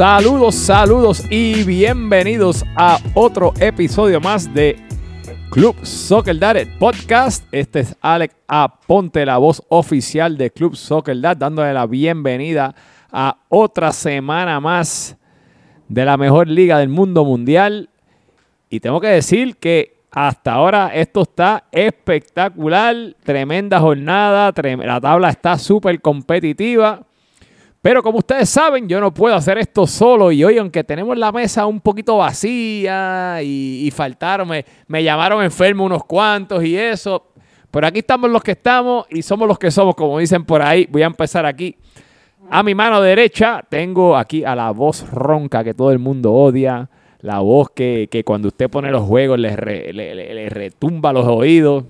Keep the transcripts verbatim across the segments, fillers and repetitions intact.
Saludos, saludos y bienvenidos a otro episodio más de Club Soccer Dad, el podcast. Este es Alex Aponte, la voz oficial de Club Soccer Dad, dándole la bienvenida a otra semana más de la mejor liga del mundo mundial. Y tengo que decir que hasta ahora esto está espectacular, tremenda jornada, trem- la tabla está súper competitiva. Pero como ustedes saben, yo no puedo hacer esto solo. Y hoy, aunque tenemos la mesa un poquito vacía y, y faltaron, me, me llamaron enfermo unos cuantos y eso. Pero aquí estamos los que estamos y somos los que somos, como dicen por ahí. Voy a empezar aquí. A mi mano derecha tengo aquí a la voz ronca que todo el mundo odia. La voz que, que cuando usted pone los juegos le, re, le, le, le retumba los oídos.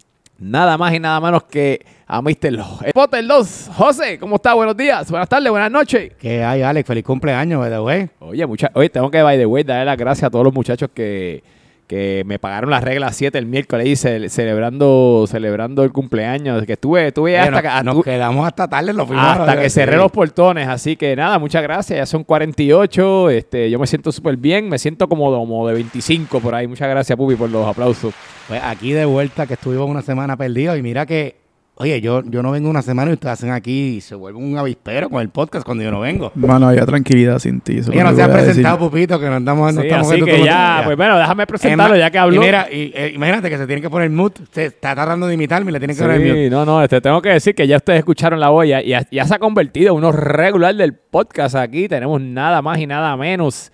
Nada más y nada menos que a mister Potter dos. José, ¿cómo está? Buenos días, buenas tardes, buenas noches. ¿Qué hay, Alex? Feliz cumpleaños, by the way. Oye, mucha, oye, tengo que, by the way, darle las gracias a todos los muchachos que, que me pagaron las reglas siete el miércoles y ce, celebrando, celebrando el cumpleaños. Que estuve, estuve Oye, hasta... Nos, que, nos tu, quedamos hasta tarde, lo fuimos Hasta que ver, cerré sí. los portones. Así que nada, muchas gracias. Ya son cuarenta y ocho. Este, yo me siento súper bien. Me siento como, como de veinticinco por ahí. Muchas gracias, Pupi, por los aplausos. Pues aquí de vuelta, que estuvimos una semana perdidos. Y mira que, oye, yo, yo no vengo una semana y ustedes hacen aquí y se vuelve un avispero con el podcast cuando yo no vengo. Mano, había tranquilidad sin ti. Oye, no se ha presentado, Pupito, que no andamos... No sí, estamos así que ya, pues bueno, déjame presentarlo ya que habló. Y mira, y, eh, imagínate que se tiene que poner mute. Se está tratando de imitarme y le tienen que sí, poner mute. no, no, este, tengo que decir que ya ustedes escucharon la voz y ya, ya, ya se ha convertido en uno regular del podcast aquí. Tenemos nada más y nada menos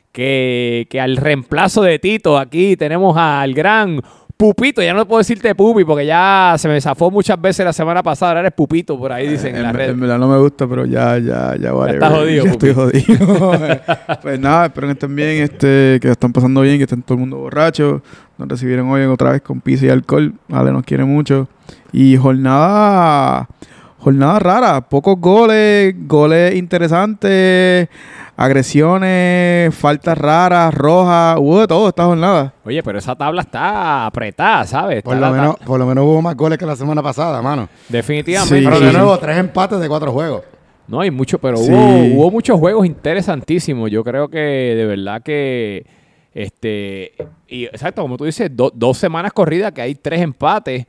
que, que al reemplazo de Tito. Aquí tenemos al gran Pupito. Ya no puedo decirte Pupi porque ya se me zafó muchas veces la semana pasada. Ahora eres Pupito, por ahí dicen eh, en la en, red. en verdad no me gusta, pero ya, ya, ya, vale. estás jodido, Ya Pupi. estoy jodido. Pues nada, espero que estén bien, este, que están pasando bien, que estén todo el mundo borracho. Nos recibieron hoy otra vez con pizza y alcohol. Ale nos quiere mucho. Y jornada, jornada rara. Pocos goles, goles interesantes, agresiones, faltas raras, rojas. Hubo de todo esta jornada. Oye, pero esa tabla está apretada, ¿sabes? Está Por lo, la- menos, por lo menos hubo más goles que la semana pasada, mano. Definitivamente. Sí, Pero sí, de sí. nuevo, tres empates de cuatro juegos. No, hay mucho, pero Sí. hubo, hubo muchos juegos interesantísimos. Yo creo que de verdad que, este, y exacto, como tú dices, do, dos semanas corridas que hay tres empates.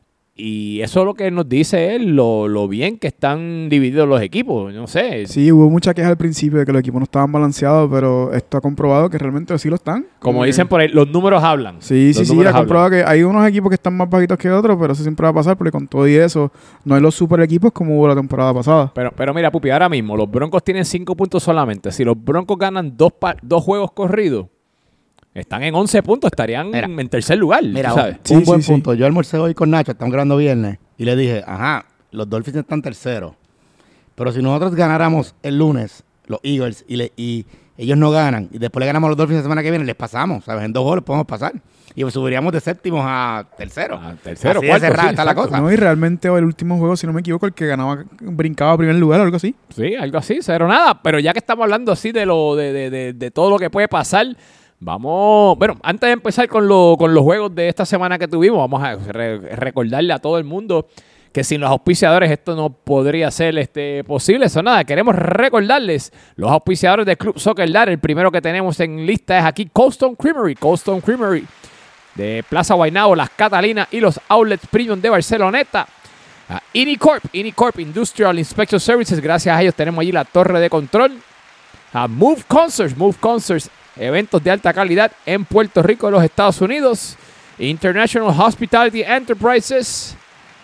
Y eso es lo que nos dice él, lo, lo bien que están divididos los equipos. No sé, Sí, hubo mucha queja al principio de que los equipos no estaban balanceados, pero esto ha comprobado que realmente sí lo están. como que- dicen por ahí, los números hablan. Sí, Los sí, sí, números ha comprobado que hay unos equipos que están más bajitos que otros, pero eso siempre va a pasar porque con todo y eso no hay los super equipos como hubo la temporada pasada. Pero, pero mira, Pupi, ahora mismo los Broncos tienen cinco puntos solamente. Si los Broncos ganan dos, pa- dos juegos corridos, están en once puntos, estarían Mira, en tercer lugar. Mira, ¿tú sabes? un Sí, buen sí, sí. punto. Yo almorcé hoy con Nacho, estamos grabando viernes, y le dije, ajá, los Dolphins están terceros. Pero si nosotros ganáramos el lunes, los Eagles, y, le, y ellos no ganan, y después le ganamos a los Dolphins la semana que viene, les pasamos, ¿sabes? En dos goles podemos pasar. Y pues subiríamos de séptimos a tercero. A tercero, Así cuarto, de cerrada sí, está la exacto. cosa. No, y realmente el último juego, si no me equivoco, el que ganaba brincaba a primer lugar o algo así. Sí, algo así, cero nada. Pero ya que estamos hablando así de lo de, de, de, de todo lo que puede pasar, vamos... Bueno, antes de empezar con, lo, con los juegos de esta semana que tuvimos, vamos a re- recordarle a todo el mundo que sin los auspiciadores esto no podría ser este, posible. Eso nada, queremos recordarles los auspiciadores del Club Soccer Dad. El primero que tenemos en lista es aquí Cold Stone Creamery. Cold Stone Creamery de Plaza Guaynabo, Las Catalinas y los Outlets Premium de Barceloneta. Uh, Inicorp, Inicorp Industrial Inspection Services, gracias a ellos tenemos allí la torre de control. Uh, Move Concerts, Move Concerts, eventos de alta calidad en Puerto Rico, los Estados Unidos. International Hospitality Enterprises.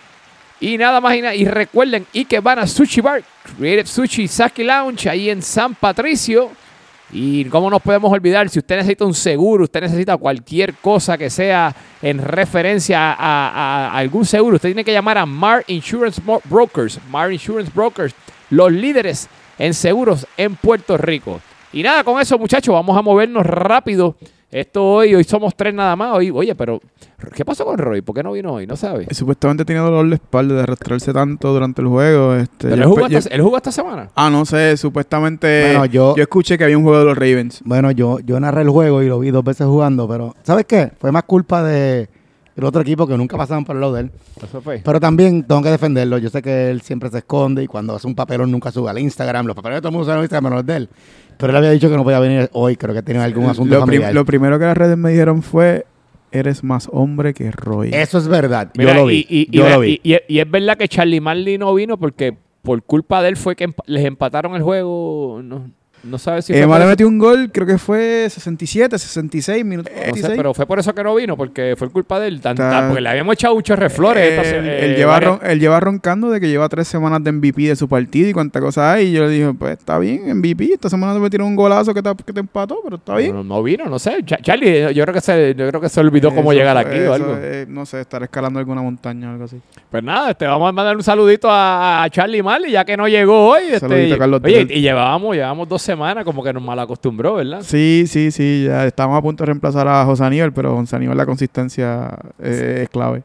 Y nada más y, na- y recuerden, Ikebana Sushi Bar, Creative Sushi Sake Lounge, ahí en San Patricio. Y cómo nos podemos olvidar, si usted necesita un seguro, usted necesita cualquier cosa que sea en referencia a, a- a algún seguro, usted tiene que llamar a Mar Insurance Mo- Brokers. Mar Insurance Brokers, los líderes en seguros en Puerto Rico. Y nada, con eso, muchachos, vamos a movernos rápido. Esto hoy, hoy somos tres nada más. Hoy, oye, pero ¿qué pasó con Roy? ¿Por qué no vino hoy? No sabe. Y supuestamente tenía dolor de espalda de arrastrarse tanto durante el juego. Este, ¿Pero yo él jugó, espe- yo- esta, él jugó esta semana? Ah, no sé, supuestamente Bueno, yo- yo escuché que había un juego de los Ravens. Bueno, yo, yo narré el juego y lo vi dos veces jugando, pero ¿sabes qué? Fue más culpa de... el otro equipo que nunca pasaban por el lado de él. Eso fue. Pero también tengo que defenderlo. Yo sé que él siempre se esconde y cuando hace un papelón nunca sube al Instagram. Los papelones de todo el mundo saben al Instagram menos el de él. Pero él había dicho que no podía venir hoy. Creo que tenía algún asunto lo, familiar. prim- lo primero que las redes me dijeron fue, eres más hombre que Roy. Eso es verdad. Mira, yo lo vi. Y, y, yo y, lo vi. Y, y, y es verdad que Charlie Marley no vino porque por culpa de él fue que emp- les empataron el juego. No, no sabes si fue Emma por le eso. metió un gol, creo que fue sesenta y siete, sesenta y seis minutos. No sesenta y sé, seis. pero fue por eso que no vino, porque fue culpa de él. Tan, Está- tan- porque le habíamos echado muchos reflores. Eh, esta se- él, eh, él lleva varias- ron- él lleva roncando de que lleva tres semanas de M V P de su partido y cuántas cosas hay. Y yo le dije, pues está bien, M V P. Esta semana te metieron un golazo que te, que te empató, pero está bien. No, no vino, no sé. Cha- Charlie, yo creo que se, yo creo que se olvidó cómo Eso llegar fue- aquí o eso, algo. eh, no sé, estar escalando alguna montaña o algo así. Pues nada, este, vamos a mandar un saludito a, a Charlie Marley, ya que no llegó hoy. Este, Saludito a y- Carlos oye, Tevez. y llevábamos, llevábamos dos semanas, como que nos malacostumbró, ¿verdad? Sí, sí, sí. Ya estamos a punto de reemplazar a José Aníbal, pero José Aníbal la consistencia eh, es clave.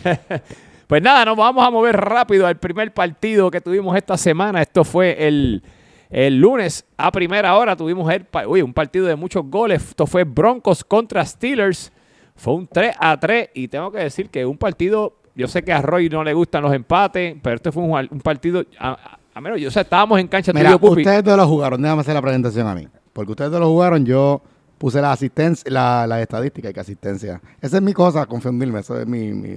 Pues nada, nos vamos a mover rápido al primer partido que tuvimos esta semana. Esto fue el, el lunes a primera hora. Tuvimos el, pa- uy, un partido de muchos goles. Esto fue Broncos contra Steelers. Fue un tres a tres y tengo que decir que un partido, yo sé que a Roy no le gustan los empates, pero este fue un, un partido, a, a, a menos, yo, o sea, estábamos en cancha tú y Mira, yo, Pupi. ustedes todos lo jugaron. Déjame hacer la presentación a mí. Porque ustedes todos lo jugaron, yo puse la asistencia, la, la estadística y que asistencia. Esa es mi cosa, confundirme. Eso es mi, mi...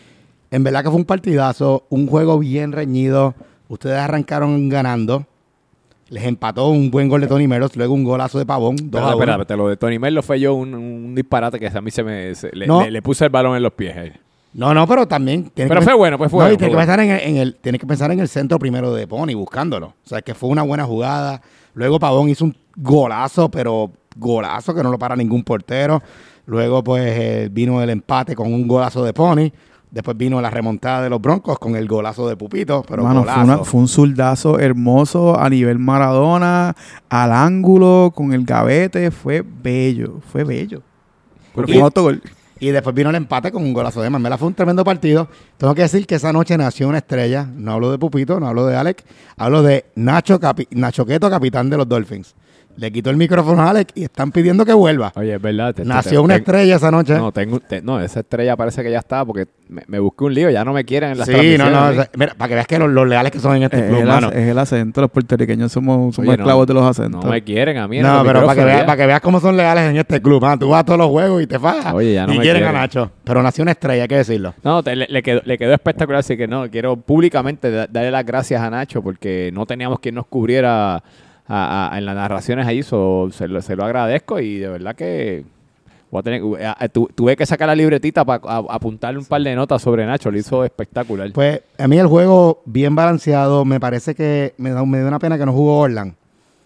En verdad que fue un partidazo, un juego bien reñido. Ustedes arrancaron ganando. Les empató un buen gol de Tony Meros, luego un golazo de Pavón. dos Espera, a uno. espera, espera, lo de Tony Melo fue yo un, un disparate que a mí se me se- le, No. le- le puse el balón en los pies. ahí. No, no, pero también... tiene Pero que fue pen- bueno, pues fue No, bueno, y tiene fue que pensar en el, en el- tienes que pensar en el centro primero de Pony, buscándolo. O sea, que fue una buena jugada. Luego Pavón hizo un golazo, pero golazo que no lo para ningún portero. Luego, pues, eh, vino el empate con un golazo de Pony. Después vino la remontada de los Broncos con el golazo de Pupito, pero Mano, fue, golazo. una- fue un zurdazo hermoso a nivel Maradona, al ángulo, con el gavete. Fue bello, fue bello. Pero Y- fue un autogol. Y después vino el empate con un golazo de Mamela. Fue un tremendo partido. Tengo que decir que esa noche nació una estrella. No hablo de Pupito, no hablo de Alex. Hablo de Nacho, Capi- Nacho Queto, capitán de los Dolphins. Le quitó el micrófono a Alex y están pidiendo que vuelva. Oye, es verdad. te- te- Nació te- una te- estrella esa noche. No, tengo, te- no, esa estrella parece que ya está porque me, me busqué un lío. Ya no me quieren en las Sí, no, transmisiones. no. o ¿sí? sea, mira, para que veas que los, los leales que son en este Es club, el, mano. ac- es el acento. Los puertorriqueños somos, somos Oye, no, esclavos de los acentos. No me quieren a mí. en No, los pero para que, micrófonos veas, ya. para que veas cómo son leales en este club. mano. Tú vas a todos los juegos y te fajas. Oye, ya no y me quieren quieren. a Nacho. Pero nació una estrella, hay que decirlo. No, te- le, le quedó, le quedó espectacular. Así que no, quiero públicamente da- darle las gracias a Nacho porque no teníamos quien nos cubriera a- a- en las narraciones ahí. So, se, lo, se lo agradezco y de verdad que voy a tener, a- a- tu- tuve que sacar la libretita para apuntarle un par de notas sobre Nacho. Lo hizo espectacular. Pues a mí el juego bien balanceado. Me parece que me da, me da una pena que no jugó Orland.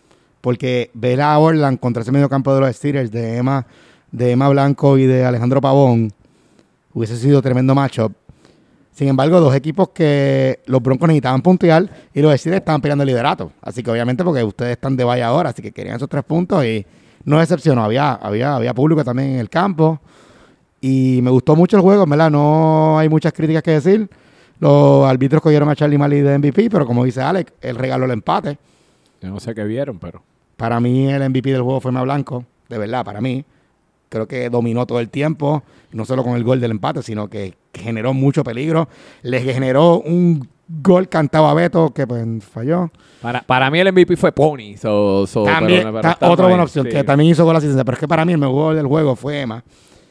Porque ver a Orland contra ese medio campo de los Steelers de Emma, de Emma Blanco y de Alejandro Pavón hubiese sido tremendo matchup. Sin embargo, dos equipos que los Broncos necesitaban puntear y los Steelers estaban peleando el liderato. Así que obviamente porque ustedes están de valla ahora, así que querían esos tres puntos y no decepcionó. Había, había, había público también en el campo y me gustó mucho el juego, en verdad. No hay muchas críticas que decir. Los árbitros cogieron a Charlie Marley de M V P, pero como dice Alex, él regaló el empate. Yo no sé qué vieron, pero... Para mí el M V P del juego fue Emma Blanco, de verdad, para mí. Creo que dominó todo el tiempo, no solo con el gol del empate, sino que generó mucho peligro. Le generó un gol cantado a Beto que pues falló. Para, para mí el M V P fue Pony. So, so, También, pero- pero ta- estamos otra buena ahí, opción, sí. que también hizo gol asistencia. Pero es que para mí el mejor gol del juego fue Emma.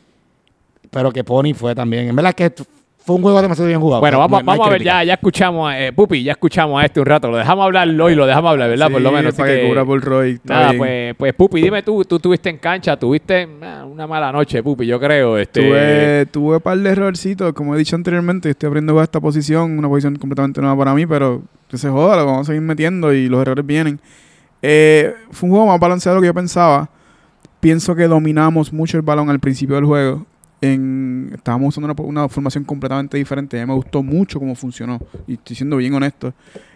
Pero que Pony fue también. En verdad que fue un juego demasiado bien jugado. Bueno, No- vamos, no hay vamos a ver, crítica. ya, ya escuchamos, a, eh, Pupi, ya escuchamos a este un rato. Lo dejamos hablar hoy, lo dejamos hablar, ¿verdad? Sí, Por lo menos. así para que, que- cubra por Roy. está Nada, bien. pues, pues Pupi, dime tú, tú estuviste en cancha, tuviste ah, una mala noche, Pupi, yo creo. Este, Tuve, tuve un par de errorcitos, como he dicho anteriormente, estoy aprendiendo a jugar esta posición, una posición completamente nueva para mí, pero que se joda, lo vamos a seguir metiendo y los errores vienen. Eh, fue un juego más balanceado de lo que yo pensaba. Pienso que dominamos mucho el balón al principio del juego. En, estábamos usando una, una formación completamente diferente. A mí me gustó mucho cómo funcionó, y estoy siendo bien honesto.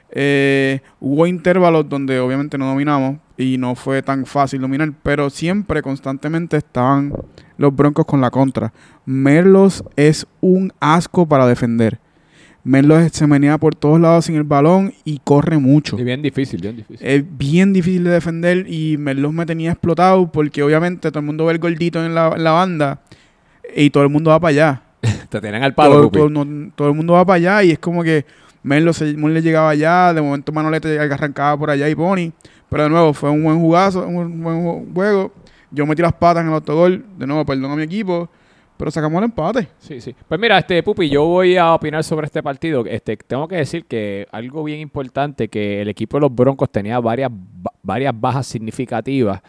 Eh, hubo intervalos donde obviamente no dominamos y no fue tan fácil dominar, pero siempre, constantemente estaban los Broncos con la contra. Merlos es un asco para defender. Merlos se menea por todos lados sin el balón y corre mucho. sí, bien difícil, bien difícil. Es bien difícil de defender y Merlos me tenía explotado porque obviamente todo el mundo ve el gordito en la, en la banda y todo el mundo va para allá. Te tienen al palo, todo, Pupi. todo, no, todo el mundo va para allá y es como que Merlo se, le llegaba allá, de momento Manolete arrancaba por allá y Pony. Pero de nuevo, fue un buen jugazo, un buen juego. Yo metí las patas en el autogol. De nuevo, perdón a mi equipo. Pero sacamos el empate. Sí, sí. Pues mira, este Pupi, yo voy a opinar sobre este partido. Este, tengo que decir que algo bien importante, que el equipo de los Broncos tenía varias, varias bajas significativas.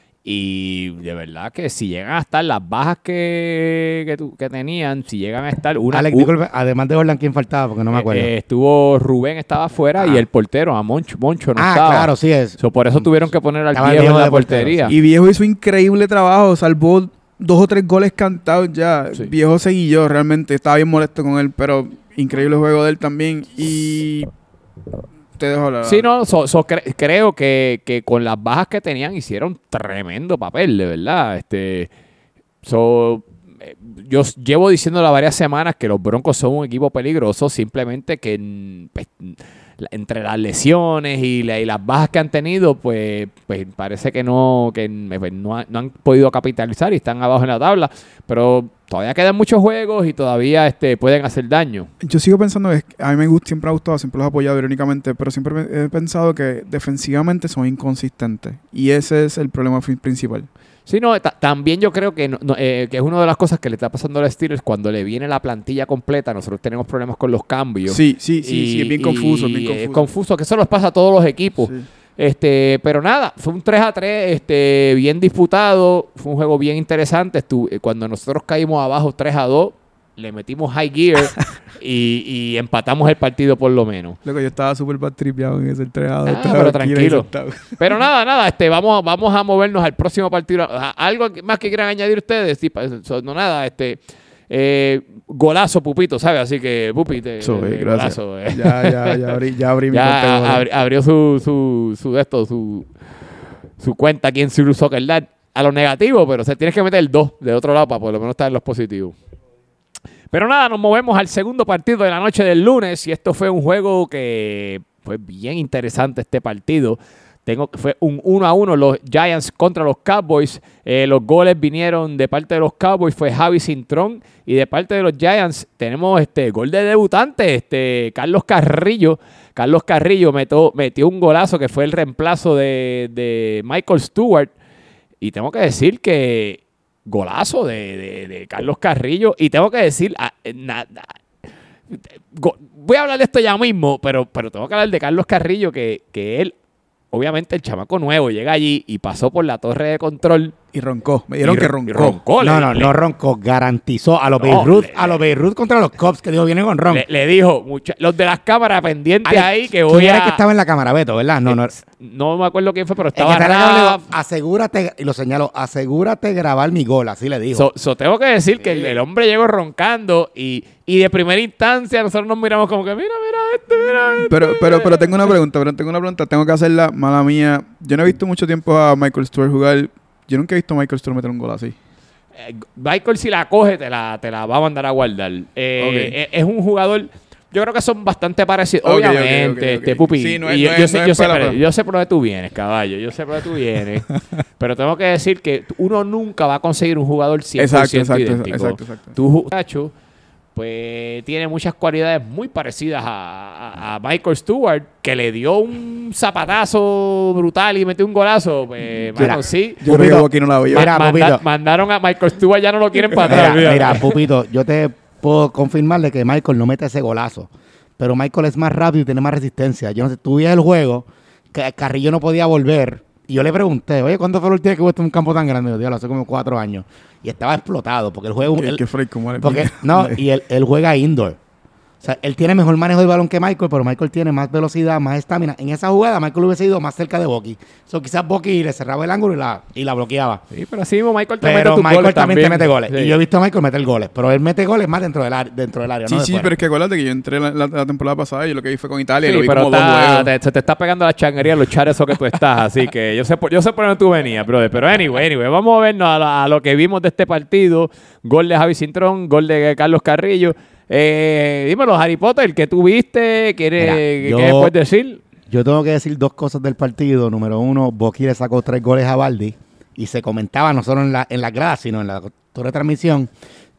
Y de verdad que si llegan a estar las bajas que, que, tu, que tenían, si llegan a estar una... Alex, uh, disculpe, además de Orlan, ¿quién faltaba? Porque no me acuerdo. Eh, estuvo Rubén, estaba afuera, ah. y el portero, a Moncho, Moncho no ah, estaba. Ah, claro, sí es. So, por eso tuvieron que poner al Estaba viejo, viejo en la de portería. portero, Y Viejo hizo increíble trabajo. Salvó dos o tres goles cantados ya. Sí. Viejo seguí yo, realmente. Estaba bien molesto con él, pero increíble juego de él también. Y... te dejo hablar. Sí, no, so, so cre- creo que, que con las bajas que tenían hicieron tremendo papel, de verdad. Este, so, eh, yo llevo diciéndolo varias semanas que los Broncos son un equipo peligroso, simplemente que pues, entre las lesiones y, la, y las bajas que han tenido, pues, pues parece que no, que no, ha, no han podido capitalizar y están abajo en la tabla, pero todavía quedan muchos juegos y todavía este, pueden hacer daño. Yo sigo pensando que a mí me gusta, siempre me ha gustado, siempre los he apoyado irónicamente, pero siempre he pensado que defensivamente son inconsistentes y ese es el problema principal. Sí, no, ta- también yo creo que, no, no, eh, que es una de las cosas que le está pasando a los Steelers cuando le viene la plantilla completa. Nosotros tenemos problemas con los cambios. Sí, sí, sí, y, sí, es bien confuso, es bien confuso. Es confuso, que eso nos pasa a todos los equipos. Sí. Este, pero nada, fue un tres a tres, este, bien disputado, fue un juego bien interesante. Estu- cuando nosotros caímos abajo tres a dos, le metimos high gear y, y empatamos el partido por lo menos. Loco, yo estaba súper bad tripeado en ese tres a dos. Ah, pero tranquilo. Pero nada, nada, este, vamos, vamos a movernos al próximo partido. ¿Algo más que quieran añadir ustedes? Sí, no, nada, este... Eh, golazo, Pupito, ¿sabes? Así que, Pupito, eh, So, eh, gracias. Golazo, eh. Ya, ya, ya abrí, ya abrí mi ya cuenta. abri- abrió su, su, su, esto, su, su cuenta aquí en Zulu Soccer Dad. A lo negativo, pero se tienes que meter el dos de otro lado para por lo menos estar en los positivos. Pero nada, nos movemos al segundo partido de la noche del lunes y esto fue un juego que fue bien interesante este partido. Tengo, fue un uno a uno los Giants contra los Cowboys. Eh, los goles vinieron de parte de los Cowboys, fue Javi Cintrón. Y de parte de los Giants tenemos este gol de debutante, este Carlos Carrillo. Carlos Carrillo metió, metió un golazo que fue el reemplazo de, de Michael Stewart. Y tengo que decir que golazo de, de, de Carlos Carrillo. Y tengo que decir... Ah, na, na, go, voy a hablar de esto ya mismo, pero, pero tengo que hablar de Carlos Carrillo, que, que él... Obviamente el chamaco nuevo llega allí y pasó por la torre de control. Y roncó. Me dijeron y, que roncó. Y roncó no, le, no, le, no roncó. Garantizó a los No, Beirut, le- a los Beirut contra los Cubs, que dijo, viene con ron. le, le dijo, mucha- los de las cámaras pendientes Alex, ahí que ¿quién voy era a... el que estaba en la cámara, Beto, verdad? No, no. No me acuerdo quién fue, pero El que estaba estaba en la cámara le Raf. dijo, asegúrate, y lo señaló, asegúrate de grabar mi gol, así le dijo. So, so tengo que decir que el, el hombre llegó roncando y, y de primera instancia nosotros nos miramos como que mira, mira este, mira este. Pero, pero, pero tengo una pregunta, pero tengo una pregunta, tengo que hacerla, mala mía. Yo no he visto mucho tiempo a Michael Stewart jugar. Yo nunca he visto a Michael Stewart meter un gol así. Eh, Michael, si la coge, te la, te la va a mandar a guardar. Eh, Ok. es, es un jugador. Yo creo que son bastante parecidos. Ok, Obviamente, ok, ok, ok. este Pupi. Sí, no es- y yo, no yo es- sé, no yo, es sé, para- pero yo sé por dónde tú vienes, caballo. Yo sé por dónde tú vienes. Pero tengo que decir que uno nunca va a conseguir un jugador cien por ciento Exacto, exacto, idéntico. exacto, exacto. Tu muchacho, pues tiene muchas cualidades muy parecidas a, a- a Michael Stewart, que le dio un zapatazo brutal y metió un golazo. Pues, Mira, mano, sí. Yo creo que Pupito, aquí no la veo. Mira, Ma- manda- Pupito. mandaron a Michael Stewart, ya no lo quieren para Mira, atrás. olvídate. mira, Pupito, yo te puedo confirmarle que Michael no mete ese golazo. Pero Michael es más rápido y tiene más resistencia. Yo no sé, tú el juego, que Carrillo no podía volver. Y yo le pregunté, oye, ¿cuándo fue la última vez que viste un campo tan grande? Yo, hace como cuatro años. Y estaba explotado, porque él juega... Que, él- que Frey, como era- porque, no, y él, él juega indoor. O sea, él tiene mejor manejo de balón que Michael, pero Michael tiene más velocidad, más estamina. En esa jugada, Michael hubiese ido más cerca de Bucky. So, quizás Bucky le cerraba el ángulo y la, y la bloqueaba. Sí, pero así mismo Michael te Pero mete tus Michael goles también, te mete goles. Sí. Y yo he visto a Michael meter goles. Pero él mete goles más dentro del, ar- dentro del área, Sí, no de sí, fuera. pero es que acuérdate que yo entré la, la- la temporada pasada y lo que vi fue con Italia y Sí, lo vi pero como dos está- juegos. te, se te está pegando la changuería luchar eso que tú estás. Así que yo sé, por, yo sé por dónde tú venías, brother. Pero anyway, anyway, vamos a vernos a, la- a lo que vimos de este partido. Gol de Javi Cintrón, gol de Carlos Carrillo. Eh, dímelo, Harry Potter, ¿qué tú viste? ¿Quieres, Mira, ¿Qué yo- qué puedes decir? Yo tengo que decir dos cosas del partido. Número uno, Bucky le sacó tres goles a Baldi. Y se comentaba no solo en la, en la grada, sino en la torre de transmisión,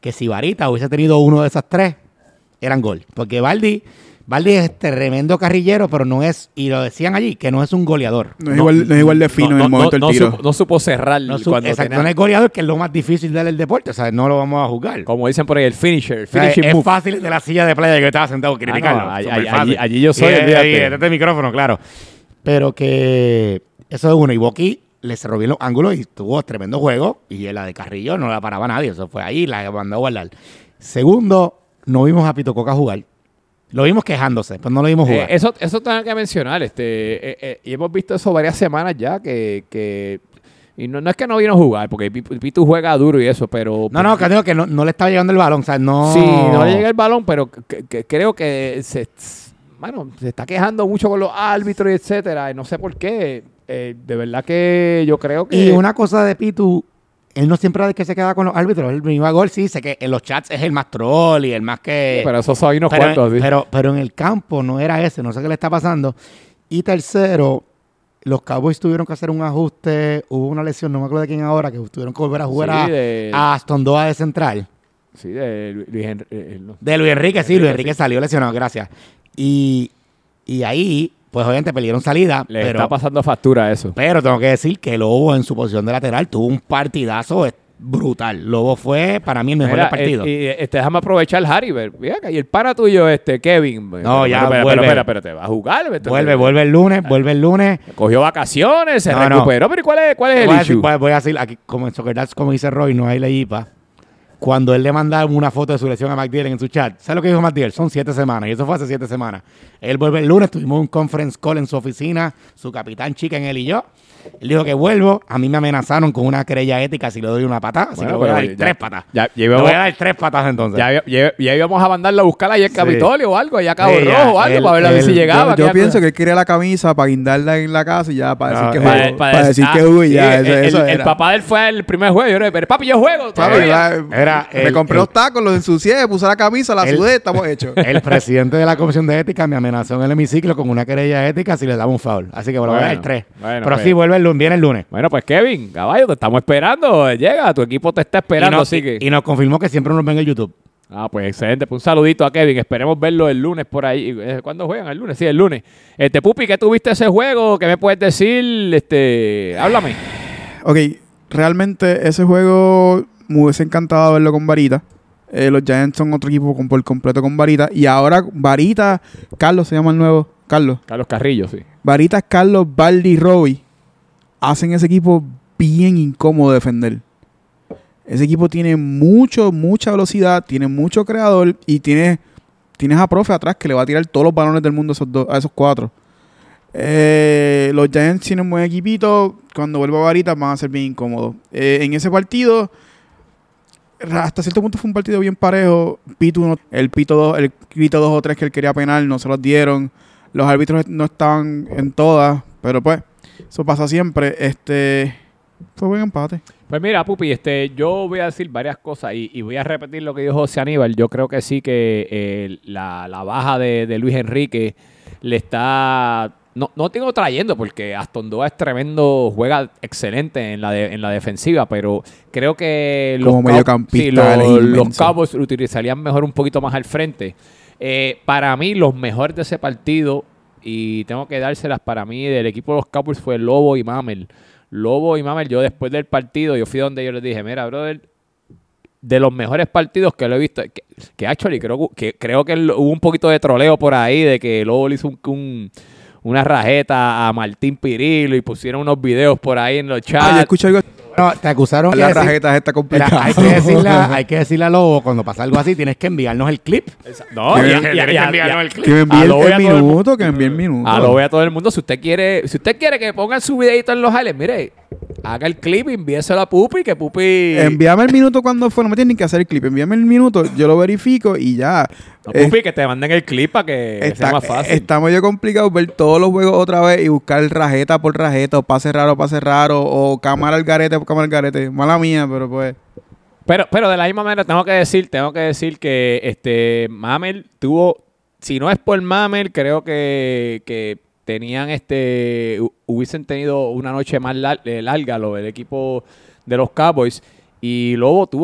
que si Varita hubiese tenido uno de esas tres, eran gol. Porque Baldi, Baldi es tremendo carrillero, pero no es, y lo decían allí, que no es un goleador. No es, igual, no es igual de fino no, en el no, momento no, del no tiro. Supo, no supo cerrar No su, cuando exacto, tenía, no es goleador, que es lo más difícil del deporte. O sea, no lo vamos a jugar. como dicen por ahí, el finisher. O sea, finishing es move. fácil de la silla de playa que yo estaba sentado criticarlo. Ah, no, allí, Súper allí, fácil. allí yo soy, Y, olvídate. y, este micrófono, claro. Pero que eso es uno. Y Boqui le cerró bien los ángulos y tuvo tremendo juego. Y la de Carrillo no la paraba nadie. Eso fue ahí, la mandó a guardar. Segundo, no vimos a Pito Coca jugar. Lo vimos quejándose, pues no lo vimos jugar. Eh, eso, eso tengo que mencionar. Este, eh, eh, y hemos visto eso varias semanas ya, que... que y no, no es que no vino a jugar, porque Pitu juega duro y eso, pero... No, no, que digo que no, no le estaba llegando el balón, o sea, no... Sí, no le llega el balón, pero que, que creo que se, bueno, se está quejando mucho con los árbitros y etcétera, y no sé por qué. Eh, de verdad que yo creo que... Y una cosa de Pitu, él no siempre es el que se queda con los árbitros. Él iba a gol, sí, sé que en los chats es el más troll y el más que... Pero eso son unos pero, cuantos. ¿Sí? pero, pero en el campo no era ese, no sé qué le está pasando. Y tercero, los Cowboys tuvieron que hacer un ajuste. Hubo una lesión, no me acuerdo de quién ahora, que tuvieron que volver a jugar Sí, a, de- a Aston Doa de central. Sí, de Luis Henry- eh, no. De Luis Enrique, sí, Enrique, Luis Enrique sí. salió lesionado, gracias. Y, y ahí, pues obviamente perdieron salida, Le pero, está pasando factura eso. pero tengo que decir que Lobo en su posición de lateral tuvo un partidazo brutal. Lobo fue para mí el mejor Mira, del partido. eh, y este, déjame aprovechar el Harry. ver, Mira, acá, y el pana tuyo, este, Kevin. No, ya, pero, vuelve. Pero, pero, pero, ¿te va a jugar? Este, vuelve, este, vuelve el lunes, vuelve el lunes. Cogió vacaciones, se No, no. recuperó. Pero ¿y cuál es, cuál es el Voy a, issue? decir, voy, voy a decir, aquí, como en Soccer Dads, como dice Roy, no hay leyipa. Cuando él le manda una foto de su lesión a McDill en su chat, ¿sabes lo que dijo McDill? Son siete semanas, y eso fue hace siete semanas. Él vuelve el lunes, tuvimos un conference call en su oficina, su capitán chica en él y yo. Él dijo que vuelvo, a mí me amenazaron con una querella ética si le doy una patada, así Bueno, que le voy a pero dar ya- tres patas. Ya, ya Le íbamos, voy a dar tres patas entonces. ya, ya, ya íbamos a mandarlo a buscar ahí en Sí. Capitolio o algo, allá a Cabo Sí, ya, Rojo o algo, él- para ver a ver él- si llegaba. Yo, yo aquella pienso cosa. que él quería la camisa para guindarla en la casa y ya, para No, decir que eh, jugó. Para, decir ah, que jugó y sí, ya. el, Eso, el- eso el era. papá de él fue el primer juego. Yo le dije, pero papi, yo juego. Papi, todavía". la- Era me el- compré el- los tacos, los ensucié, puse la camisa, la el- sudé, estamos hechos. El presidente de la Comisión de Ética me amenazó en el hemiciclo con una querella ética si le daba un foul. Así que le voy a Bueno, dar tres. bueno, Pero pues. sí, vuelve el lunes, viene el lunes. Bueno, pues Kevin, caballo, te estamos esperando. Llega, tu equipo te está esperando, y, no- así que... y nos confirmó que siempre nos ven en YouTube. Ah, pues excelente. Pues un saludito a Kevin. Esperemos verlo el lunes por ahí. Eh, ¿Cuándo juegan? ¿El lunes? Sí, el lunes. Este, Pupi, ¿qué tuviste ese juego? ¿Qué me puedes decir? Este, háblame. Ok, realmente ese juego me hubiese encantado verlo con Varita. Eh, los Giants son otro equipo con, por completo con Varita. Y ahora Varita, Carlos se llama el nuevo. Carlos. Carlos Carrillo, sí. Varita, Carlos, Baldi y Robbie hacen ese equipo bien incómodo de defender. Ese equipo tiene mucho, mucha velocidad, tiene mucho creador y tiene, tienes a Profe atrás que le va a tirar todos los balones del mundo a esos, dos, a esos cuatro. Eh, los Giants tienen un buen equipito. Cuando vuelva Varita van a ser bien incómodos. Eh, en ese partido, hasta cierto punto fue un partido bien parejo. Pitu no- el Pito dos, el grito dos o tres que él quería penal, no se los dieron. Los árbitros no estaban en todas, pero pues, eso pasa siempre. Este fue buen empate. Pues mira, Pupi, este, yo voy a decir varias cosas y, y voy a repetir lo que dijo José Aníbal. Yo creo que sí que eh, la, la baja de, de Luis Enrique le está... No, no tengo trayendo porque Aston Doa es tremendo, juega excelente en la de- en la defensiva, pero creo que los, Como Cow- mediocampista, sí, él es los, los inmenso. Cowboys lo utilizarían mejor un poquito más al frente. Eh, para mí, los mejores de ese partido, y tengo que dárselas para mí, del equipo de los Cowboys fue Lobo y Mamel. Lobo y Mamel, yo después del partido, yo fui donde yo les dije, mira, brother, de los mejores partidos que lo he visto, que, que actually creo que creo que hubo un poquito de troleo por ahí, de que Lobo le hizo un, un- una rajeta a Martín Pirillo y pusieron unos videos por ahí en los chats. Ah, yo escuché algo. No, te acusaron que Las decir- rajetas está Mira, complicado. hay, que decirle, a- hay que decirle a Lobo, cuando pasa algo así, tienes que enviarnos el clip. No, Que y- me- y- Tienes y- que y- enviarnos y- el clip. Que me envíe A el, lo voy el a todo el minuto, que me envíe el minuto. A lo ve a todo el mundo. Si usted quiere, si usted quiere que pongan su videito en los highlights, mire, haga el clip y envíeselo a Pupi, que Pupi. Envíame el minuto cuando fue, no me tienes ni que hacer el clip. Envíame el minuto, yo lo verifico y ya. No, Eh, Pupi, que te manden el clip para que sea está, más fácil. está medio complicado ver todos los juegos otra vez y buscar rajeta por rajeta, o pase raro, pase raro, o cámara al garete por cámara al garete. Mala mía, pero pues. Pero, pero de la misma manera tengo que decir, tengo que decir que este Mamel tuvo, si no es por Mamel, creo que, que tenían este, hu- hubiesen tenido una noche más lar- eh, larga lo, el equipo de los Cowboys. Y Lobo tuvo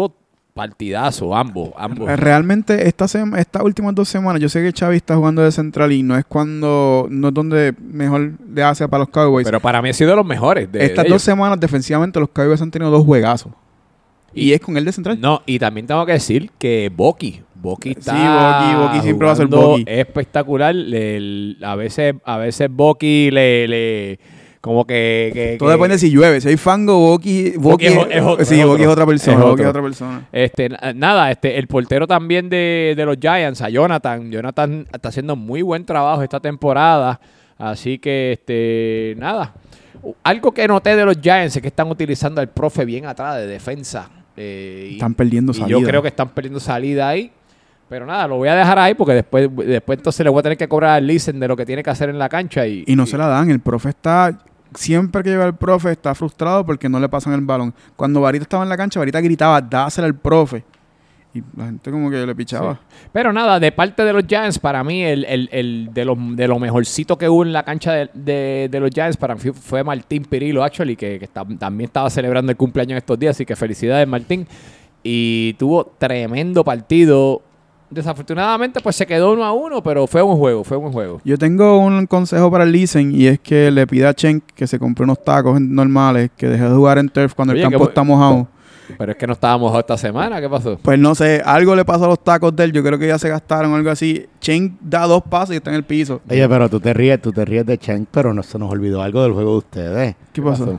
Partidazo, ambos, ambos. Realmente esta sema- estas últimas dos semanas, yo sé que Xavi está jugando de central y no es cuando, no es donde mejor le hace para los Cowboys. Pero para mí ha sido de los mejores. De, Estas de dos ellos. semanas defensivamente los Cowboys han tenido dos juegazos. Y, Y- es con él de central. No, y también tengo que decir que Bucky. Bucky está Sí, Bucky, Bucky siempre va a ser jugando Bucky. espectacular. Le- el- a veces, a veces Bucky le, le como que, que- Todo que- depende si llueve. Si hay fango, Bucky, Bucky Bucky es o- es otro, sí, es Bucky otro. es otra persona. Es Bucky otro. es otra persona. Este, na- nada, este, el portero también de, de los Giants, a Jonathan. Jonathan está haciendo muy buen trabajo esta temporada. Así que, este, nada. Algo que noté de los Giants es que están utilizando al profe bien atrás de defensa. Eh, y- Están perdiendo y salida. yo creo que están perdiendo salida ahí. Pero nada, lo voy a dejar ahí porque después, después entonces le voy a tener que cobrar al Listen de lo que tiene que hacer en la cancha. Y, Y no y- se la dan. El profe está... Siempre que llega el profe está frustrado porque no le pasan el balón. Cuando Varita estaba en la cancha, Varita gritaba, dásela al profe. Y la gente como que le pichaba. Sí. Pero nada, de parte de los Giants, para mí, el, el, el de, lo, de lo mejorcito que hubo en la cancha de, de, de los Giants, para mí fue Martín Pirillo, actually, que, que está- también estaba celebrando el cumpleaños estos días, así que felicidades, Martín. Y tuvo tremendo partido. Desafortunadamente, pues se quedó uno a uno, pero fue un juego, fue un juego. Yo tengo un consejo para el Listen y es que le pida a Chen que se compre unos tacos normales, que deje de jugar en turf cuando Oye, el que campo bu- está mojado. Pero es que no estábamos mojados esta semana, ¿qué pasó? Pues no sé, algo le pasó a los tacos de él. Yo creo que ya se gastaron o algo así. Chen da dos pasos y está en el piso. Oye, pero tú te ríes, tú te ríes de Chen, pero no se nos olvidó algo del juego de ustedes. ¿Qué pasó?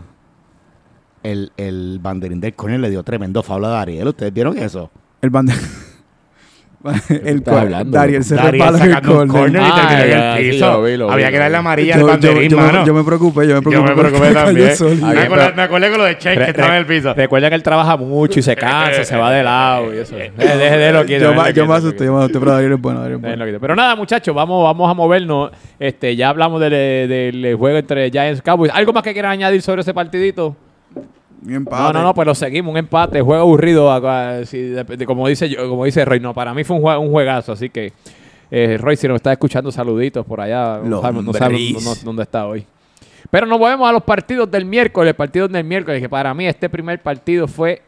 El, el banderín del corner le dio tremendo faula a Dariel. ¿Ustedes vieron eso? El bande... el estás cor- hablando? Dariel se Dariel resbala en el sacando un corner. corner y Ah, terminó en ya, el sí, piso. lo vi, lo vi, Había lo que darle vi. amarilla Yo, al yo- banderín, yo me- mano. yo me preocupé, yo me preocupé. Yo me preocupé porque también. cayó solo. Me Ay, acordé, pero- me acordé con lo de Chen, que Re- estaba en re- el piso. Recuerda que él trabaja mucho y se cansa, se va de lado y eso. Eh, deje- déjelo quieto, Yo, déjelo ma- yo quieto, me asusté, yo me asusté, pero Dariel es bueno, Dariel es Déjenlo bueno. quieto. Pero nada, muchachos, vamos, vamos a movernos. Este, ya hablamos del, del juego entre Giants y Cowboys. ¿Algo más que quieran añadir sobre ese partidito? Mi empate. No, no, no, pues lo seguimos. Un empate, juego aburrido. acá, sí, de- de- como dice yo, como dice Roy, no, para mí fue un, jue- un juegazo. Así que, eh, Roy, si nos está escuchando, saluditos por allá. No sabemos, no sabemos Lombris. no- dónde está hoy. Pero nos movemos a los partidos del miércoles. El partido del miércoles, que para mí este primer partido fue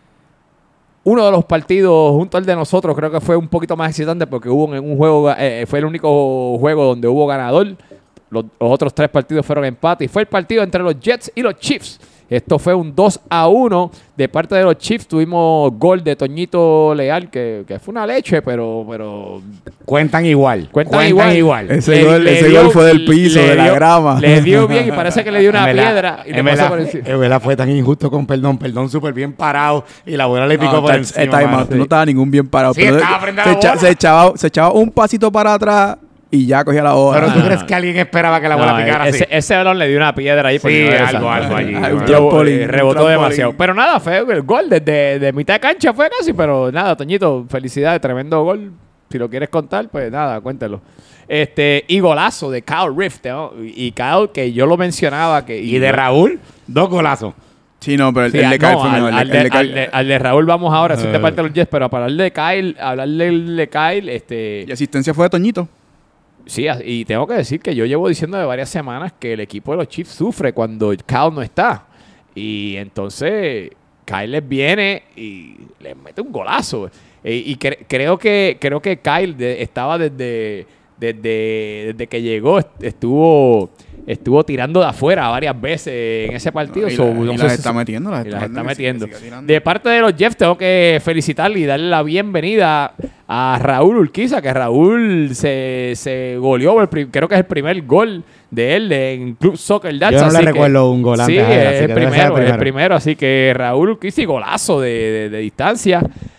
uno de los partidos junto al de nosotros. Creo que fue un poquito más excitante porque hubo un, un juego, eh, fue el único juego donde hubo ganador. Los, los otros tres partidos fueron empate. Y fue el partido entre los Jets y los Chiefs. Esto fue un dos a uno de parte de los Chiefs. Tuvimos gol de Toñito Leal, que, que fue una leche, pero, pero Cuentan igual. Cuentan igual. Ese Le- gol- le ese dio- gol fue del piso, le de la dio- grama. Le dio bien y parece que le dio una En verdad- piedra y le en pasó verdad- por encima. en verdad fue tan injusto con perdón. Perdón súper bien parado y la bola le picó No, por está- encima. está ahí, mano. mano, tú no estaba ningún bien parado. Sí, pero estaba frente a se, la echa- bola. se echaba, se echaba un pasito para atrás y ya cogía la bola. Pero No, tú no, crees no. que alguien esperaba que la bola No, picara así. ese, ese balón le dio una piedra ahí. por Sí, encima de algo, esa. algo allí, Ah, un yo, trampolín, eh, un rebotó trampolín. demasiado. Pero nada, fue el gol desde de mitad de cancha fue casi, pero nada, Toñito, felicidades, tremendo gol. Si lo quieres contar, pues nada, cuéntalo. Este, y golazo de Kyle Rift, ¿no? Y Kyle, que yo lo mencionaba. Que, Y de Raúl, dos golazos. Sí, no, pero el, Sí, el de no, Kyle fue al, mejor. El- al el de, de Kyle- al de- al de Raúl vamos ahora, eso es de Eh. parte de los Jets, pero para hablar de Kyle, hablar del de Kyle, este... Y asistencia fue de Toñito. Sí, as- y tengo que decir que yo llevo diciendo de varias semanas que el equipo de los Chiefs sufre cuando Kyle no está. Y entonces Kyle les viene y les mete un golazo. E- y cre- creo que creo que Kyle de- estaba desde, desde, desde que llegó, est- estuvo estuvo tirando de afuera varias veces en ese partido. Y So, la- no y sé las si- está metiendo, las y está las está metiendo, metiendo. que siga- que siga tirando. De parte de los Jets tengo que felicitarle y darle la bienvenida a Raúl Urquiza, que Raúl se, se goleó, el prim- creo que es el primer gol de él en Club Soccer Dance. Yo no le así que- recuerdo un gol Sí, antes a él, así es el que debe ser el primero, es el primero. primero. Así que Raúl Urquiza y golazo de, de- de distancia.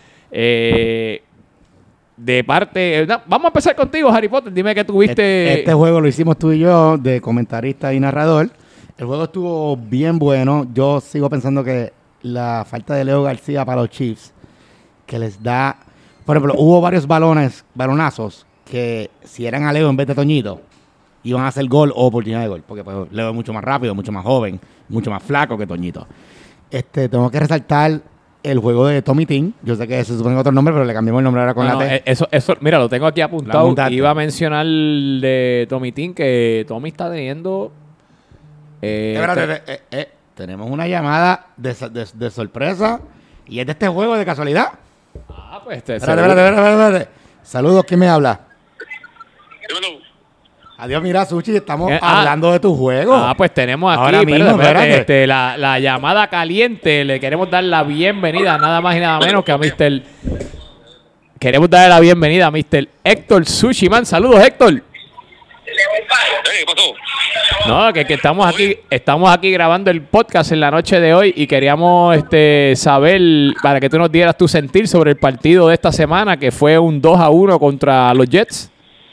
Eh, de parte... no, vamos a empezar contigo, Harry Potter. Dime que tuviste... Este, este juego lo hicimos tú y yo, de comentarista y narrador. El juego estuvo bien bueno. Yo sigo pensando que la falta de Leo García para los Chiefs, que les da... Por ejemplo, hubo varios balones, balonazos, que si eran a Leo en vez de Toñito, iban a hacer gol o oportunidad de gol. Porque pues, Leo es mucho más rápido, mucho más joven, mucho más flaco que Toñito. Este, tengo que resaltar el juego de Tommy Tin. Yo sé que se supone otro nombre, pero le cambiamos el nombre ahora con No, la no, T. eh, eso, eso, mira, lo tengo aquí La apuntado. apuntaste. Iba a mencionar de Tommy Tin que Tommy está teniendo... eh, Espérate, tre- eh, eh, eh, tenemos una llamada de, so- de- de sorpresa y es de este juego de casualidad. Ah, pues este. Espérate, espérate, espérate, espérate. Saludos, ¿quién me habla? Dímelo. Adiós, mira, Sushi, estamos Eh, ah. hablando de tu juego. Ah, pues tenemos aquí Ahora mismo, espérate, espérate, espérate. este, la, la llamada caliente. Le queremos dar la bienvenida, nada más y nada menos que a mister Queremos darle la bienvenida a mister Héctor Sushiman. Saludos, Héctor. Hey, ¿qué pasó? No, que, que estamos aquí, estamos aquí grabando el podcast en la noche de hoy y queríamos este saber, para que tú nos dieras tu sentir sobre el partido de esta semana, que fue un dos a uno contra los Jets.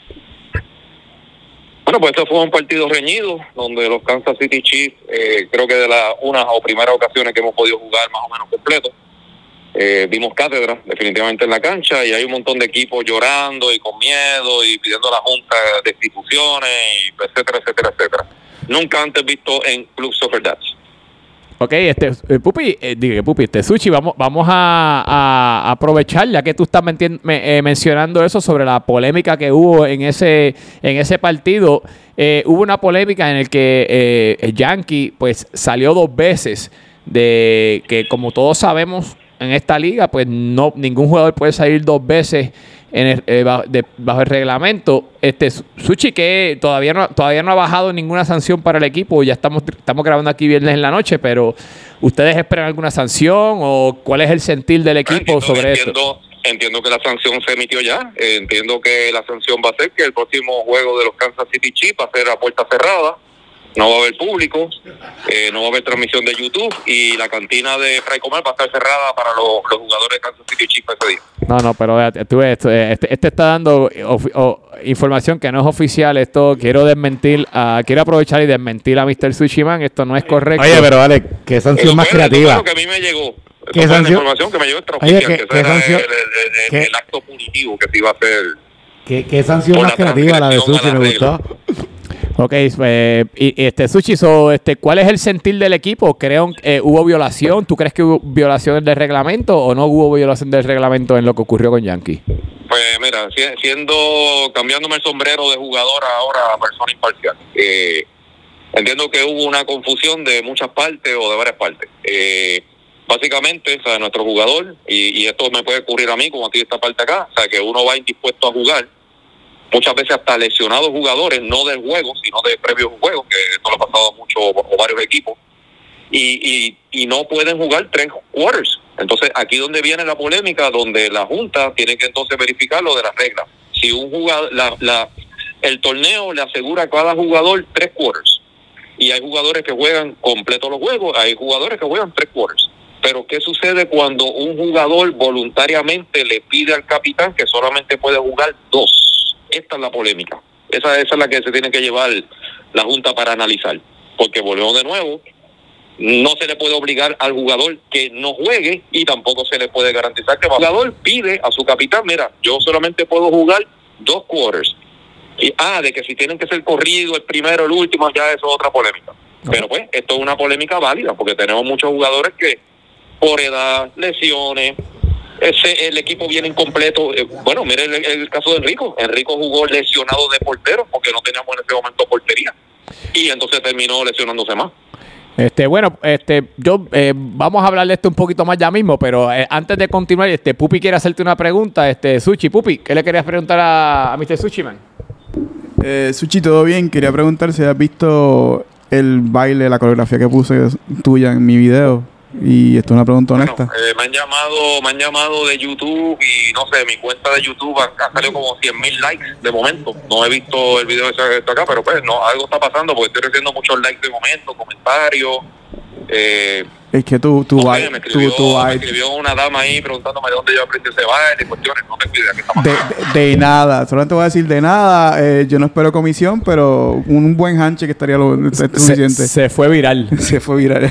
Bueno, pues este fue un partido reñido, donde los Kansas City Chiefs, eh, creo que de las unas o primeras ocasiones que hemos podido jugar más o menos completo, eh, dimos cátedra definitivamente en la cancha, y hay un montón de equipos llorando y con miedo y pidiendo a la Junta destituciones, y etcétera, etcétera, etcétera. Nunca antes visto en Club Soccer Dads. Ok, este, eh, Pupi, eh, diga, Pupi, este Sushi, vamos, vamos a, a aprovechar, ya que tú estás mentien- me- eh, mencionando eso sobre la polémica que hubo en ese, en ese partido. Eh, hubo una polémica en el que eh, el Yankee pues salió dos veces de que, como todos sabemos en esta liga, pues no ningún jugador puede salir dos veces en el, eh, bajo, de, bajo el reglamento. Este Sushi, que todavía no todavía no ha bajado ninguna sanción para el equipo. Ya estamos estamos grabando aquí viernes en la noche, pero ¿ustedes esperan alguna sanción o cuál es el sentir del equipo Entiendo, sobre entiendo, esto? Entiendo que la sanción se emitió ya. Eh, entiendo que la sanción va a ser que el próximo juego de los Kansas City Chiefs va a ser a puerta cerrada. No va a haber público, eh, no va a haber transmisión de YouTube, y la cantina de Fray Comal va a estar cerrada para los, los jugadores de Kansas City Chiefs ese día. No, no, pero eh, tú ves, esto, eh, este, este está dando ofi- o- información que no es oficial. Esto quiero desmentir, a, quiero aprovechar y desmentir a mister Sushiman. Esto no es correcto. Oye, pero vale, qué sanción Eso más fue- eso fue creativa. lo que a mí me llegó. ¿Qué Eso fue la sanción? información que me llegó Oye, extraoficial, ¿qué- que ese qué era sanción? el, el- el- ¿Qué? el acto punitivo que se iba a hacer. ¿Qué, qué sanción Por más la creativa la de transgresión Sushi? a la Me regla. gustó. Ok, eh, y, y este Sushi, so, este, ¿cuál es el sentir del equipo? ¿Creo eh, hubo violación? ¿Tú crees que hubo violación del reglamento o no hubo violación del reglamento en lo que ocurrió con Yankee? Pues mira, si- siendo, cambiándome el sombrero de jugador ahora a persona imparcial, eh, entiendo que hubo una confusión de muchas partes o de varias partes. Eh, básicamente, o sea, nuestro jugador, y, y esto me puede ocurrir a mí como a ti esta parte acá, o sea, que uno va indispuesto a jugar, muchas veces hasta lesionados jugadores, no del juego, sino de previos juegos, que esto lo ha pasado a muchos o varios equipos, y, y, y no pueden jugar tres quarters. Entonces, aquí donde viene la polémica, donde la Junta tiene que entonces verificar lo de las reglas. Si un jugador, la, la, el torneo le asegura a cada jugador tres quarters, y hay jugadores que juegan completos los juegos, hay jugadores que juegan tres quarters. Pero ¿qué sucede cuando un jugador voluntariamente le pide al capitán que solamente puede jugar dos? Esta es la polémica. Esa, esa es la que se tiene que llevar la Junta para analizar. Porque volvemos de nuevo, no se le puede obligar al jugador que no juegue, y tampoco se le puede garantizar que el jugador pide a su capitán, mira, yo solamente puedo jugar dos quarters. Y, ah, de que si tienen que ser corrido el primero, el último, ya eso es otra polémica. Pero pues, esto es una polémica válida, porque tenemos muchos jugadores que por edad, lesiones, ese, el equipo viene incompleto. Eh, bueno, mire el, el caso de Enrico. Enrico jugó lesionado de portero porque no teníamos en ese momento portería. Y entonces terminó lesionándose más. Este, bueno, este, yo eh, vamos a hablar de esto un poquito más ya mismo, pero eh, antes de continuar, este, Pupi quiere hacerte una pregunta, este, Sushi, Pupi, ¿qué le querías preguntar a, a mister Sushiman? Eh, Sushi, ¿todo bien? Quería preguntar si has visto el baile, la coreografía que puse tuya en mi video. Y esto es una pregunta Bueno, honesta. eh, me han llamado, me han llamado de YouTube, y no sé, mi cuenta de YouTube ha, ha salido como cien mil likes de momento. No he visto el video ese que está acá, pero pues no, algo está pasando porque estoy recibiendo muchos likes de momento, comentarios. Eh, Es que tu, tu no sé, baile, me tu, escribió, tu me baile, escribió una dama ahí preguntándome de dónde yo aprendí ese baile y cuestiones. No tengo idea qué está pasando. de, de, de nada, solamente voy a decir de nada. Eh, yo no espero comisión, pero un buen handshake estaría lo es suficiente. Se, se fue viral. Se fue viral.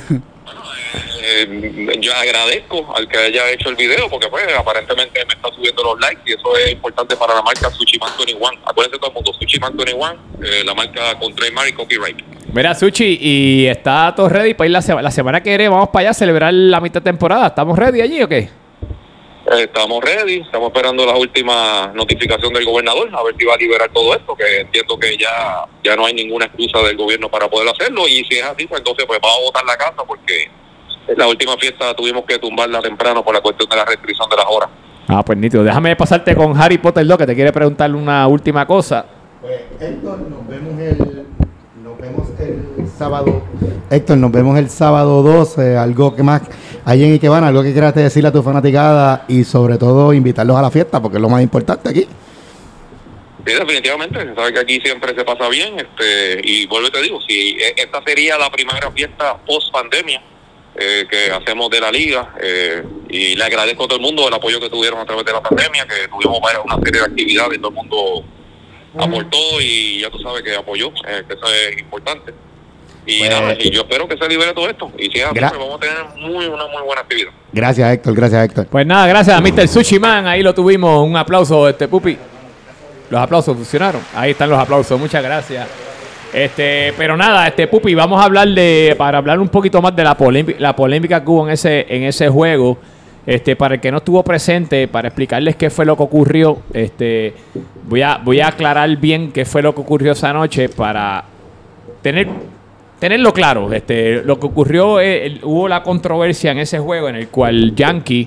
Eh, yo agradezco al que haya hecho el video, porque pues aparentemente me está subiendo los likes, y eso es importante para la marca Sushiman veintiuno. Acuérdense todo el mundo, Sushiman veintiuno, eh, la marca con trademark y copyright. Mira, Sushi, y está todo ready para ir la, sema- la semana que viene. Vamos para allá a celebrar la mitad de temporada. ¿Estamos ready allí o qué? Eh, estamos ready, estamos esperando la última notificación del gobernador, a ver si va a liberar todo esto, que entiendo que ya, ya no hay ninguna excusa del gobierno para poder hacerlo, y si es así, pues entonces pues vamos a botar la casa, porque la última fiesta tuvimos que tumbarla temprano por la cuestión de la restricción de las horas. Ah, pues nítido. Déjame pasarte con Harry Potter dos, que te quiere preguntarle una última cosa. Pues, Héctor, nos vemos el, nos vemos el sábado. Héctor, nos vemos el sábado doce. Algo que más, allí en Ikebana, algo que quieras decirle a tu fanaticada y sobre todo invitarlos a la fiesta, porque es lo más importante aquí. Sí, definitivamente. Se sabe que aquí siempre se pasa bien. este Y vuelvo y te digo, si esta sería la primera fiesta post-pandemia eh, que hacemos de la liga, eh, y le agradezco a todo el mundo el apoyo que tuvieron a través de la pandemia, que tuvimos una serie de actividades, todo el mundo aportó y ya tú sabes que apoyó, eh, que eso es importante. Y Pues, nada, y yo espero que se libere todo esto. Y si es así, gra- pues vamos a tener muy una muy buena actividad. Gracias, Héctor, gracias, Héctor. Pues nada, gracias a mister Sushi Man. Ahí lo tuvimos. Un aplauso, este Pupi. Los aplausos funcionaron. Ahí están los aplausos. Muchas gracias. Este, pero nada, este Pupi, vamos a hablar de, para hablar un poquito más de la polémica, la polémica que hubo en ese, en ese juego. Este, para el que no estuvo presente, para explicarles qué fue lo que ocurrió, este, voy a, voy a aclarar bien qué fue lo que ocurrió esa noche para tener, tenerlo claro. Este, lo que ocurrió, eh, el- hubo la controversia en ese juego en el cual Yankee,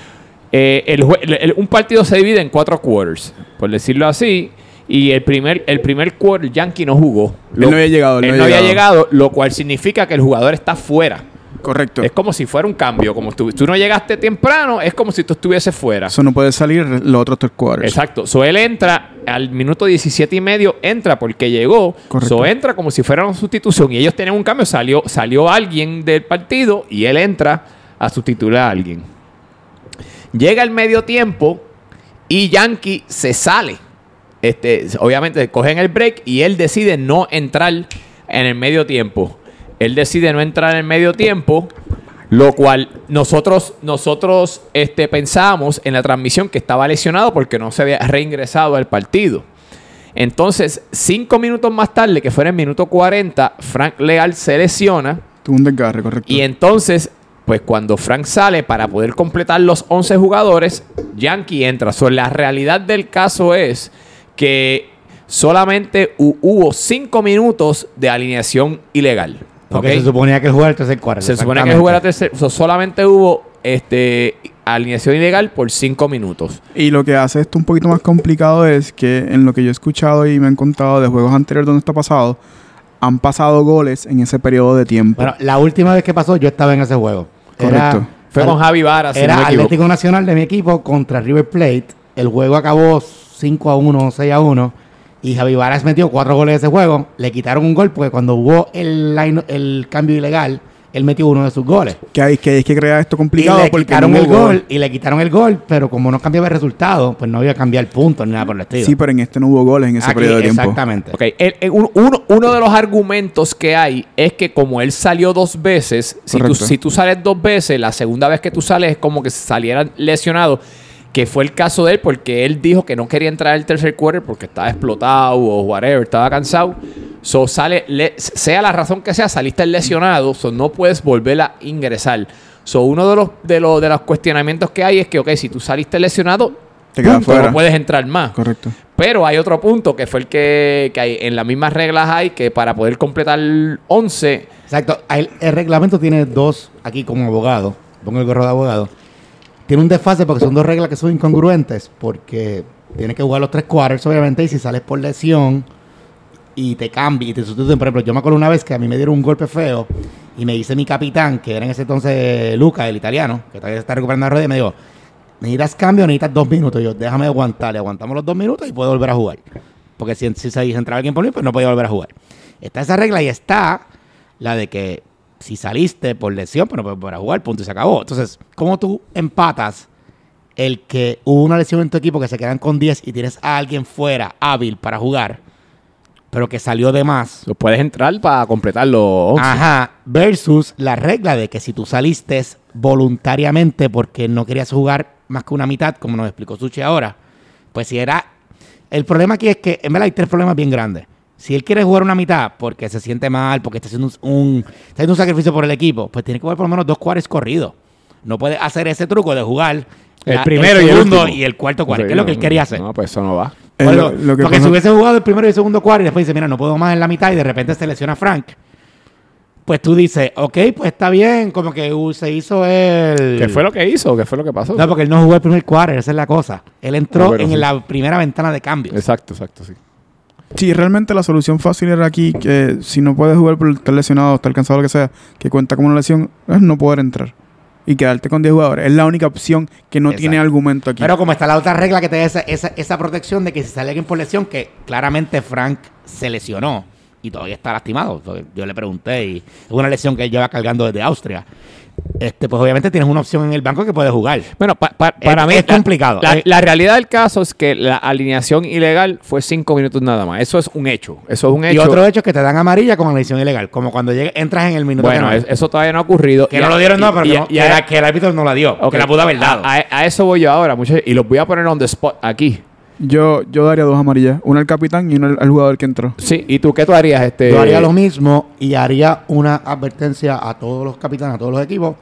eh, el, jue- el- el- un partido se divide en cuatro quarters, por decirlo así. Y el primer, el primer quarter Yankee no jugó. Él no había llegado, él Él no no había había llegado, lo cual significa que el jugador está fuera. Correcto. Es como si fuera un cambio. Como tú, tú no llegaste temprano, es como si tú estuvieses fuera. Eso no puede salir los otros tres quarters. Exacto. So él entra al minuto diecisiete y medio, entra porque llegó. Correcto. So entra como si fuera una sustitución. Y ellos tenían un cambio. Salió, salió alguien del partido y él entra a sustituir a alguien. Llega el medio tiempo y Yankee se sale. Este, obviamente cogen el break y él decide no entrar en el medio tiempo. Él decide no entrar en el medio tiempo, lo cual nosotros, nosotros este, pensábamos en la transmisión que estaba lesionado porque no se había reingresado al partido. Entonces, cinco minutos más tarde, que fue en el minuto cuarenta, Frank Leal se lesiona. Tuvo un desgarre, correcto. Y entonces, pues cuando Frank sale para poder completar los once jugadores, Yankee entra. So, la realidad del caso es que solamente hu- hubo cinco minutos de alineación ilegal. Porque ¿ok? se suponía que él jugara el tercer cuarto. Se supone que jugara tercer, so, solamente hubo este, alineación ilegal por cinco minutos. Y lo que hace esto un poquito más complicado es que en lo que yo he escuchado y me han contado de juegos anteriores donde esto ha pasado, han pasado goles en ese periodo de tiempo. Bueno, la última vez que pasó, yo estaba en ese juego. Era- Correcto. Fue con Javi Vara, si Era no me equivoco. Atlético Nacional de mi equipo contra River Plate. El juego acabó cinco a uno, seis a uno. Y Javi Varas metió cuatro goles de ese juego. Le quitaron un gol porque cuando hubo el, line- el cambio ilegal, él metió uno de sus goles. Que hay que, hay que crear esto complicado y le porque quitaron no el hubo gol. Y le quitaron el gol, pero como no cambiaba el resultado, pues no había cambiado el punto ni nada por el estilo. Sí, pero en este no hubo goles en ese Aquí, periodo de tiempo. exactamente. Ok, el- el- un- uno, uno de los argumentos que hay es que como él salió dos veces, si tú, Correcto. si tú sales dos veces, la segunda vez que tú sales es como que saliera lesionado, que fue el caso de él porque él dijo que no quería entrar al tercer quarter porque estaba explotado o whatever, estaba cansado. So sale, le- sea la razón que sea, saliste lesionado, so no puedes volver a ingresar. So uno de los, de los, de los cuestionamientos que hay es que, ok, si tú saliste lesionado, Te quedas punto, fuera. no puedes entrar más. Correcto. Pero hay otro punto que fue el que, que hay, en las mismas reglas hay que para poder completar once, Exacto. El, el reglamento tiene dos, aquí como abogado, pongo el gorro de abogado, tiene un desfase porque son dos reglas que son incongruentes, porque tienes que jugar los tres quarters, obviamente, y si sales por lesión y te cambias y te sustituyen, por ejemplo, yo me acuerdo una vez que a mí me dieron un golpe feo y me dice mi capitán, que era en ese entonces Luca, el italiano, que todavía se está recuperando la rodilla, y me dijo, necesitas cambio, necesitas dos minutos. Y yo, déjame aguantar, y aguantamos los dos minutos y puedo volver a jugar. Porque si, si se entraba alguien por mí, pues no podía volver a jugar. Está esa regla y está la de que si saliste por lesión, pues no puedes volver a jugar, punto, y se acabó. Entonces, ¿cómo tú empatas el que hubo una lesión en tu equipo que se quedan con diez y tienes a alguien fuera hábil para jugar, pero que salió de más? so puedes entrar para completar los once. Ajá, versus la regla de que si tú saliste voluntariamente porque no querías jugar más que una mitad, como nos explicó Suchi ahora, pues si era... El problema aquí es que, en verdad, hay tres problemas bien grandes. Si él quiere jugar una mitad porque se siente mal, porque está haciendo un, un, está haciendo un sacrificio por el equipo, pues tiene que jugar por lo menos dos quarters corridos. No puede hacer ese truco de jugar El la- primero y el segundo último. y el cuarto quarter, Sí, que es lo que él no, quería hacer. No, pues eso no va. Eh, Bueno, lo- lo que porque pasa- si hubiese jugado el primero y el segundo cuarto y después dice, mira, no puedo más en la mitad y de repente se lesiona Frank, pues tú dices, ok, pues está bien, como que uh, se hizo el... ¿Qué fue lo que hizo? ¿Qué fue lo que pasó? No, porque él no jugó el primer quarter, esa es la cosa. Él entró No, pero en sí. la primera ventana de cambio. Exacto, exacto, sí. Sí, realmente la solución fácil era aquí que si no puedes jugar por estar lesionado, estar cansado, lo que sea, que cuenta como una lesión, es no poder entrar y quedarte con diez jugadores. Es la única opción que no Exacto. tiene argumento aquí. Pero como está la otra regla que te da esa, esa, esa protección de que si sale alguien por lesión, que claramente Frank se lesionó y todavía está lastimado. Yo le pregunté y es una lesión que él lleva cargando desde Austria. Este, pues obviamente tienes una opción en el banco que puede jugar. Bueno, pa- pa- para Es- mí es complicado. La, Eh, la realidad del caso es que la alineación ilegal fue cinco minutos nada más. Eso es un hecho. Eso es un hecho. Y otro hecho es que te dan amarilla con lesión ilegal, como cuando llegue, entras en el minuto Bueno, que no es- eso todavía no ha ocurrido. Que Y no a- lo dieron, no, y- pero y que, a- no- y que a- la- que el árbitro no la dio, Ok. que la pudo haber dado. A, a- a eso voy yo ahora, muchachos. Y los voy a poner on the spot aquí. Yo, yo daría dos amarillas. Una al capitán y una al, al jugador que entró. Sí, ¿y tú qué tú harías? Este... Yo haría lo mismo y haría una advertencia a todos los capitanes, a todos los equipos,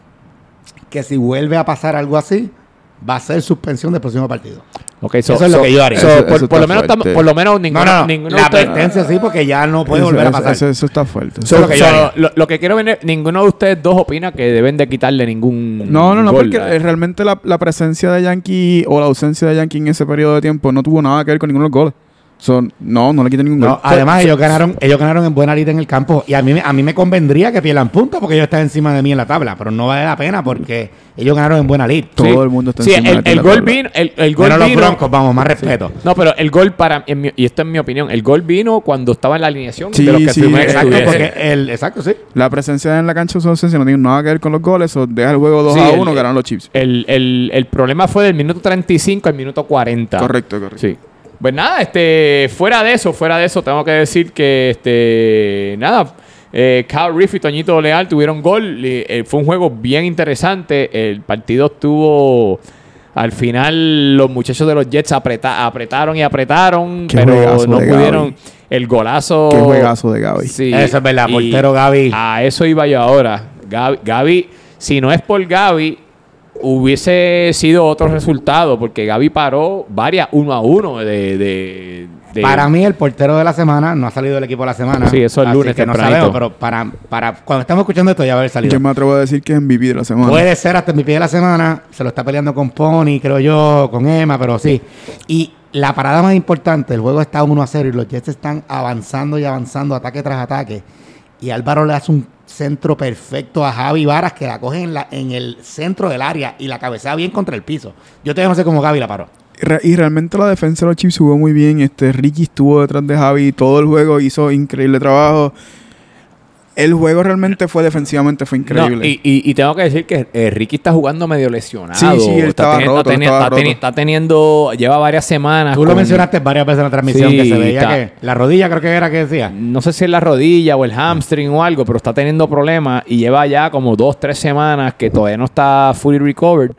que si vuelve a pasar algo así, va a ser suspensión del próximo partido. Ok, so- Eso es lo so- que yo haría. so, Eso- por, eso por lo está menos, fuerte. estamos- por lo menos ninguno, No, no, ninguno la de ustedes- advertencia sí, porque ya no puede Eso- volver a eso- pasar. Eso, eso está fuerte. So, es lo que yo so, haría. lo, lo que quiero ver, ninguno de ustedes dos opina que deben de quitarle ningún No, no, no, gol. porque eh, realmente la, la presencia de Yankee o la ausencia de Yankee en ese periodo de tiempo no tuvo nada que ver con ninguno de los goles. Son, no, no le quiten ningún No, gol. además, ellos ganaron, ellos ganaron en buena lid en el campo. Y a mí, me- a mí me convendría que pierdan puntos porque ellos están encima de mí en la tabla. Pero no vale la pena porque ellos ganaron en buena lid. Todo Sí. el mundo está Sí, encima el, de ti el en la gol tabla. vino, el, el gol Menos los vino. Broncos, vamos, más respeto. No, pero el gol para, en mi- y esto es mi opinión, el gol vino cuando estaba en la alineación Sí, de los que sí, estuvimos Exacto, estuviesen. porque el, exacto, sí. La presencia en la cancha o su ausencia no tiene nada que ver con los goles. O deja el juego dos Sí, a el- uno, ganaron los Chiefs. El, el, el problema fue del minuto treinta y cinco al minuto cuarenta. Correcto, correcto. Sí. Pues nada, este, fuera de eso, fuera de eso, tengo que decir que, este, nada, eh, Kyle Reef y Toñito Leal tuvieron gol. y, eh, fue un juego bien interesante. El partido estuvo, al final, los muchachos de los Jets apreta- apretaron y apretaron, Qué pero juegazo no de pudieron. Gaby. El golazo. Qué juegazo de Gaby. Sí, Eso es verdad, y portero Gaby. A eso iba yo ahora. Gaby, Gaby, si no es por Gaby, hubiese sido otro resultado, porque Gaby paró varias uno a uno de... de, de- Para mí, el portero de la semana no ha salido del equipo de la semana. Sí, eso es así lunes que no tempranito. sabemos, pero para, para cuando estamos escuchando esto ya va a haber salido. Yo me atrevo a decir que es M V P de la semana. Puede ser hasta mi pie de la semana. Se lo está peleando con Pony, creo yo, con Emma, pero sí. Y la parada más importante, el juego está uno a cero y los Jets están avanzando y avanzando, ataque tras ataque. Y Álvaro le hace un centro perfecto a Javi Varas que la coge en, la, en el centro del área y la cabecea bien contra el piso. Yo todavía no sé cómo Gaby la paró. Re- Y realmente la defensa de los Chiefs jugó muy bien. Este Ricky estuvo detrás de Javi todo el juego, hizo increíble trabajo. El juego realmente fue defensivamente fue increíble. No, y, y- y tengo que decir que eh, Ricky está jugando medio lesionado. Sí, sí, él estaba teni- roto, teni- estaba está teni- roto. está teniendo, lleva varias semanas. Tú lo con- mencionaste varias veces en la transmisión, Sí, que se veía está- que la rodilla creo que era que decía. No sé si es la rodilla o el hamstring o algo, pero está teniendo problemas y lleva ya como dos, tres semanas que todavía no está fully recovered.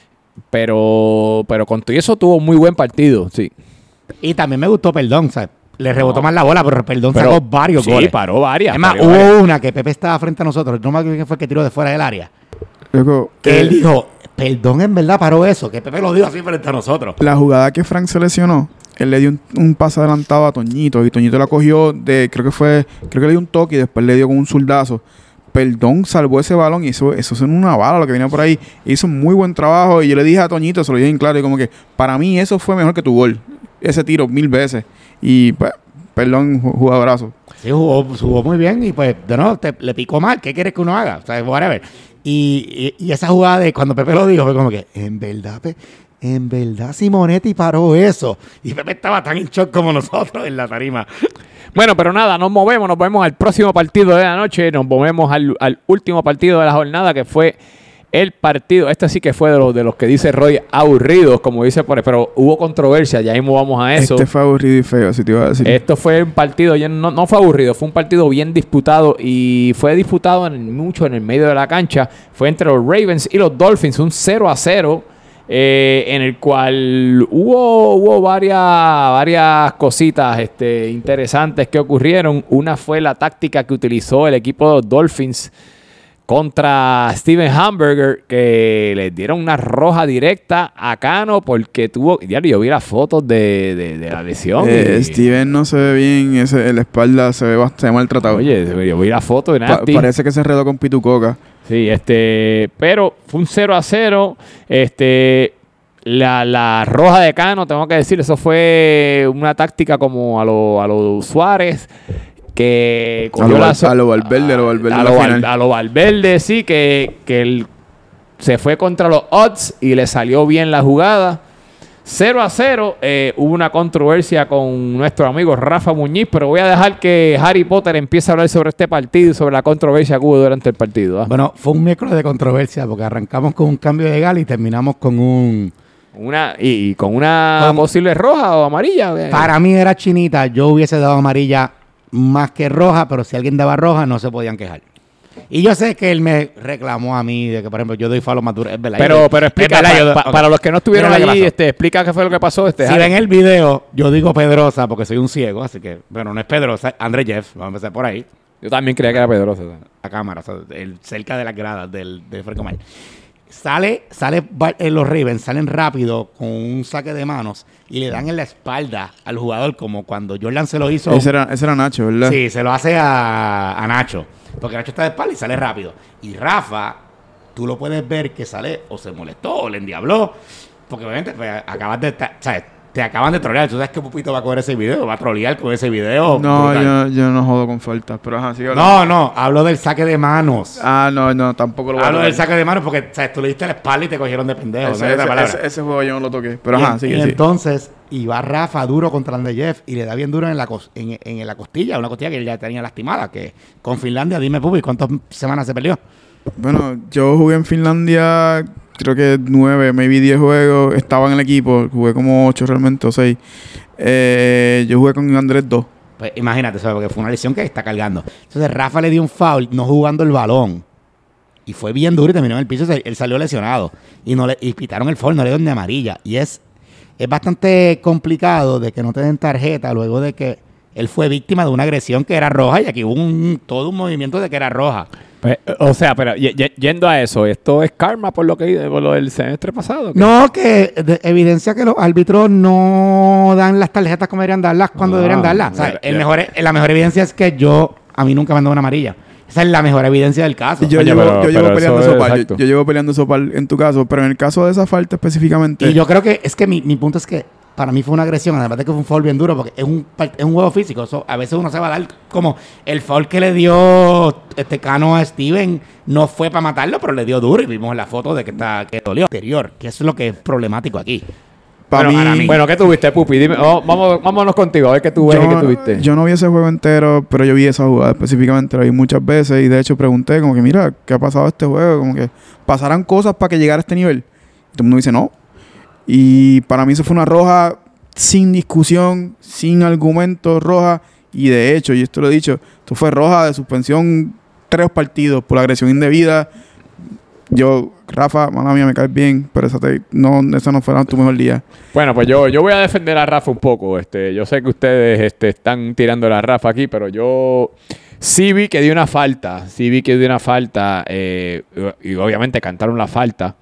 Pero, pero con todo eso tuvo un muy buen partido, sí. Y también me gustó Perdón, ¿sabes? Le rebotó No. más la bola, pero Perdón Pero- sacó varios sí, goles. paró varias. Es más, paró hubo varias. una que Pepe estaba frente a nosotros. No me acuerdo quién fue el que tiró de fuera del área. Luego, Que eh, él dijo, Perdón en verdad paró eso. Que Pepe lo dijo así frente a nosotros. la jugada que Frank se lesionó, él le dio un, un pase adelantado a Toñito y Toñito la cogió de, creo que fue, creo que le dio un toque y después le dio con un zurdazo. Perdón salvó ese balón y eso, eso es una bala lo que venía por ahí. Hizo muy buen trabajo y yo le dije a Toñito, se lo dije en claro, y como que para mí eso fue mejor que tu gol. Ese tiro mil veces. Y pues, perdón, ju- jugadorazo. Sí, jugó, jugó muy bien y pues, de nuevo, te- le picó mal. ¿Qué quieres que uno haga? O sea, whatever. Y, y, y esa jugada de cuando Pepe lo dijo fue como que, en verdad, Pe- en verdad Simonetti paró eso. Y Pepe estaba tan en shock como nosotros en la tarima. Bueno, pero nada, nos movemos, nos movemos al próximo partido de la noche, nos movemos al, al último partido de la jornada, que fue el partido, este sí que fue de los, de los que dice Roy, aburridos, como dice por ahí, pero hubo controversia, ya mismo vamos a eso. Este fue aburrido y feo, si te iba a decir. Esto fue un partido, ya no, no fue aburrido, fue un partido bien disputado y fue disputado en, mucho en el medio de la cancha. Fue entre los Ravens y los Dolphins, un cero a cero, eh, en el cual hubo, hubo varias, varias cositas este, interesantes que ocurrieron. Una fue la táctica que utilizó el equipo de los Dolphins contra Steven Hamburger, que le dieron una roja directa a Cano porque tuvo... Ya yo vi las fotos de, de, de la lesión. Eh, y, Steven no se ve bien, ese, la espalda se ve bastante maltratado. Oye, yo vi la foto de nada. Pa- parece que se enredó con Pitucoca. Sí, este... Pero fue un cero a cero. Este... La, la roja de Cano, tengo que decir, eso fue una táctica como a los a lo Suárez, que A lo, Val- a lo Valverde, a lo Valverde. a en lo, la Val- final. a lo Valverde, sí, que, que él se fue contra los odds y le salió bien la jugada. cero a cero, eh, hubo una controversia con nuestro amigo Rafa Muñiz, pero voy a dejar que Harry Potter empiece a hablar sobre este partido y sobre la controversia que hubo durante el partido. ¿ah? Bueno, fue un miércoles de controversia porque arrancamos con un cambio de gala y terminamos con un... Una, y, y con una Con- posible roja o amarilla. eh. Para mí era chinita, yo hubiese dado amarilla más que roja, pero si alguien daba roja no se podían quejar. Y yo sé que él me reclamó a mí de que, por ejemplo, yo doy falo más duro. Es verdad. Pero, yo- pero es explica, verdad, pa- yo- pa- ok. para los que no estuvieron Mira lo que allí, pasó. este, explica qué fue lo que pasó. Este, Si Harry. ven el video, yo digo Pedrosa porque soy un ciego, así que, bueno, no es Pedrosa, André Jeff, vamos a empezar por ahí. Yo también creía que era Pedrosa. La cámara, o sea, el- cerca de las gradas del, del Frencomar. Sale, sale Bar- eh, los Ravens salen rápido con un saque de manos y le dan en la espalda al jugador como cuando Jordan se lo hizo. Ese era, ese era Nacho, ¿verdad? Sí, se lo hace a, a Nacho. Porque Nacho está de espalda y sale rápido. Y Rafa, tú lo puedes ver que sale o se molestó o le endiabló. Porque obviamente pues, acabas de estar, ¿sabes? Te acaban de trolear. Tú sabes que Pupito va a coger ese video, va a trolear con ese video. No, brutal. yo, yo no jodo con faltas, pero ajá, sigue hablando. No, no, hablo del saque de manos. Ah, no, no, tampoco lo voy a Hablo hablar. del saque de manos porque ¿sabes? Tú le diste la espalda y te cogieron de pendejo. Ese, no hay otra ese- palabra. ese- ese juego yo no lo toqué. Pero Y ajá, en- sigue, y sigue. entonces, y va Rafa duro contra André Jeff y le da bien duro en la, cos- en, en la costilla, una costilla que él ya tenía lastimada, que con Finlandia, dime, Pupi, ¿cuántas semanas se perdió? Bueno, yo jugué en Finlandia, creo que nueve, maybe diez juegos. Estaba en el equipo, jugué como ocho realmente, o seis. Eh, yo jugué con Andrés dos. Pues imagínate, ¿sabes? Porque fue una lesión que está cargando. Entonces Rafa le dio un foul no jugando el balón. Y fue bien duro y terminó en el piso. Él salió lesionado. Y no le y pitaron el foul, no le dieron de amarilla. Y es, es bastante complicado de que no te den tarjeta luego de que él fue víctima de una agresión que era roja. Y aquí hubo un, todo un movimiento de que era roja. Pues, o sea, pero y- y- yendo a eso, ¿esto es karma por lo que por lo del semestre pasado? ¿Qué? No, que de- evidencia que los árbitros no dan las tarjetas como deberían darlas cuando Ah, deberían darlas. O sea, ya, el ya. mejor, la mejor evidencia es que yo, a mí nunca me han dado una amarilla. Esa es la mejor evidencia del caso. Yo, Oye, llevo, pero- yo llevo pero peleando eso es sopal. Yo, exacto. yo llevo peleando sopal en tu caso, pero en el caso de esa falta específicamente. Y yo creo que es que mi, mi punto es que para mí fue una agresión, además de que fue un foul bien duro, porque es un, par- es un juego físico. Eso, a veces uno se va a dar como el foul que le dio este Cano a Steven no fue para matarlo, pero le dio duro y vimos en la foto de que está que dolió. Anterior, que eso es lo que es problemático aquí. para bueno, mí, para mí- bueno, ¿qué tuviste, Pupi? Dime, oh, vamos, vámonos contigo, a ver qué tú ves y qué tuviste. yo no vi ese juego entero, pero yo vi esa jugada específicamente, la vi muchas veces y de hecho pregunté como que mira, ¿qué ha pasado este juego? Como que pasarán cosas para que llegara a este nivel. Y todo el mundo dice no. Y para mí eso fue una roja sin discusión, sin argumentos, roja. Y de hecho, y esto lo he dicho, esto fue roja de suspensión tres partidos por agresión indebida. Yo, Rafa, mala mía, me caes bien, pero esa, te, no, esa no fue tu mejor día. Bueno, pues yo, yo voy a defender a Rafa un poco. Este, yo sé que ustedes este, están tirando a Rafa aquí, pero yo sí vi que dio una falta. Sí vi que dio una falta. Eh, y obviamente cantaron la falta.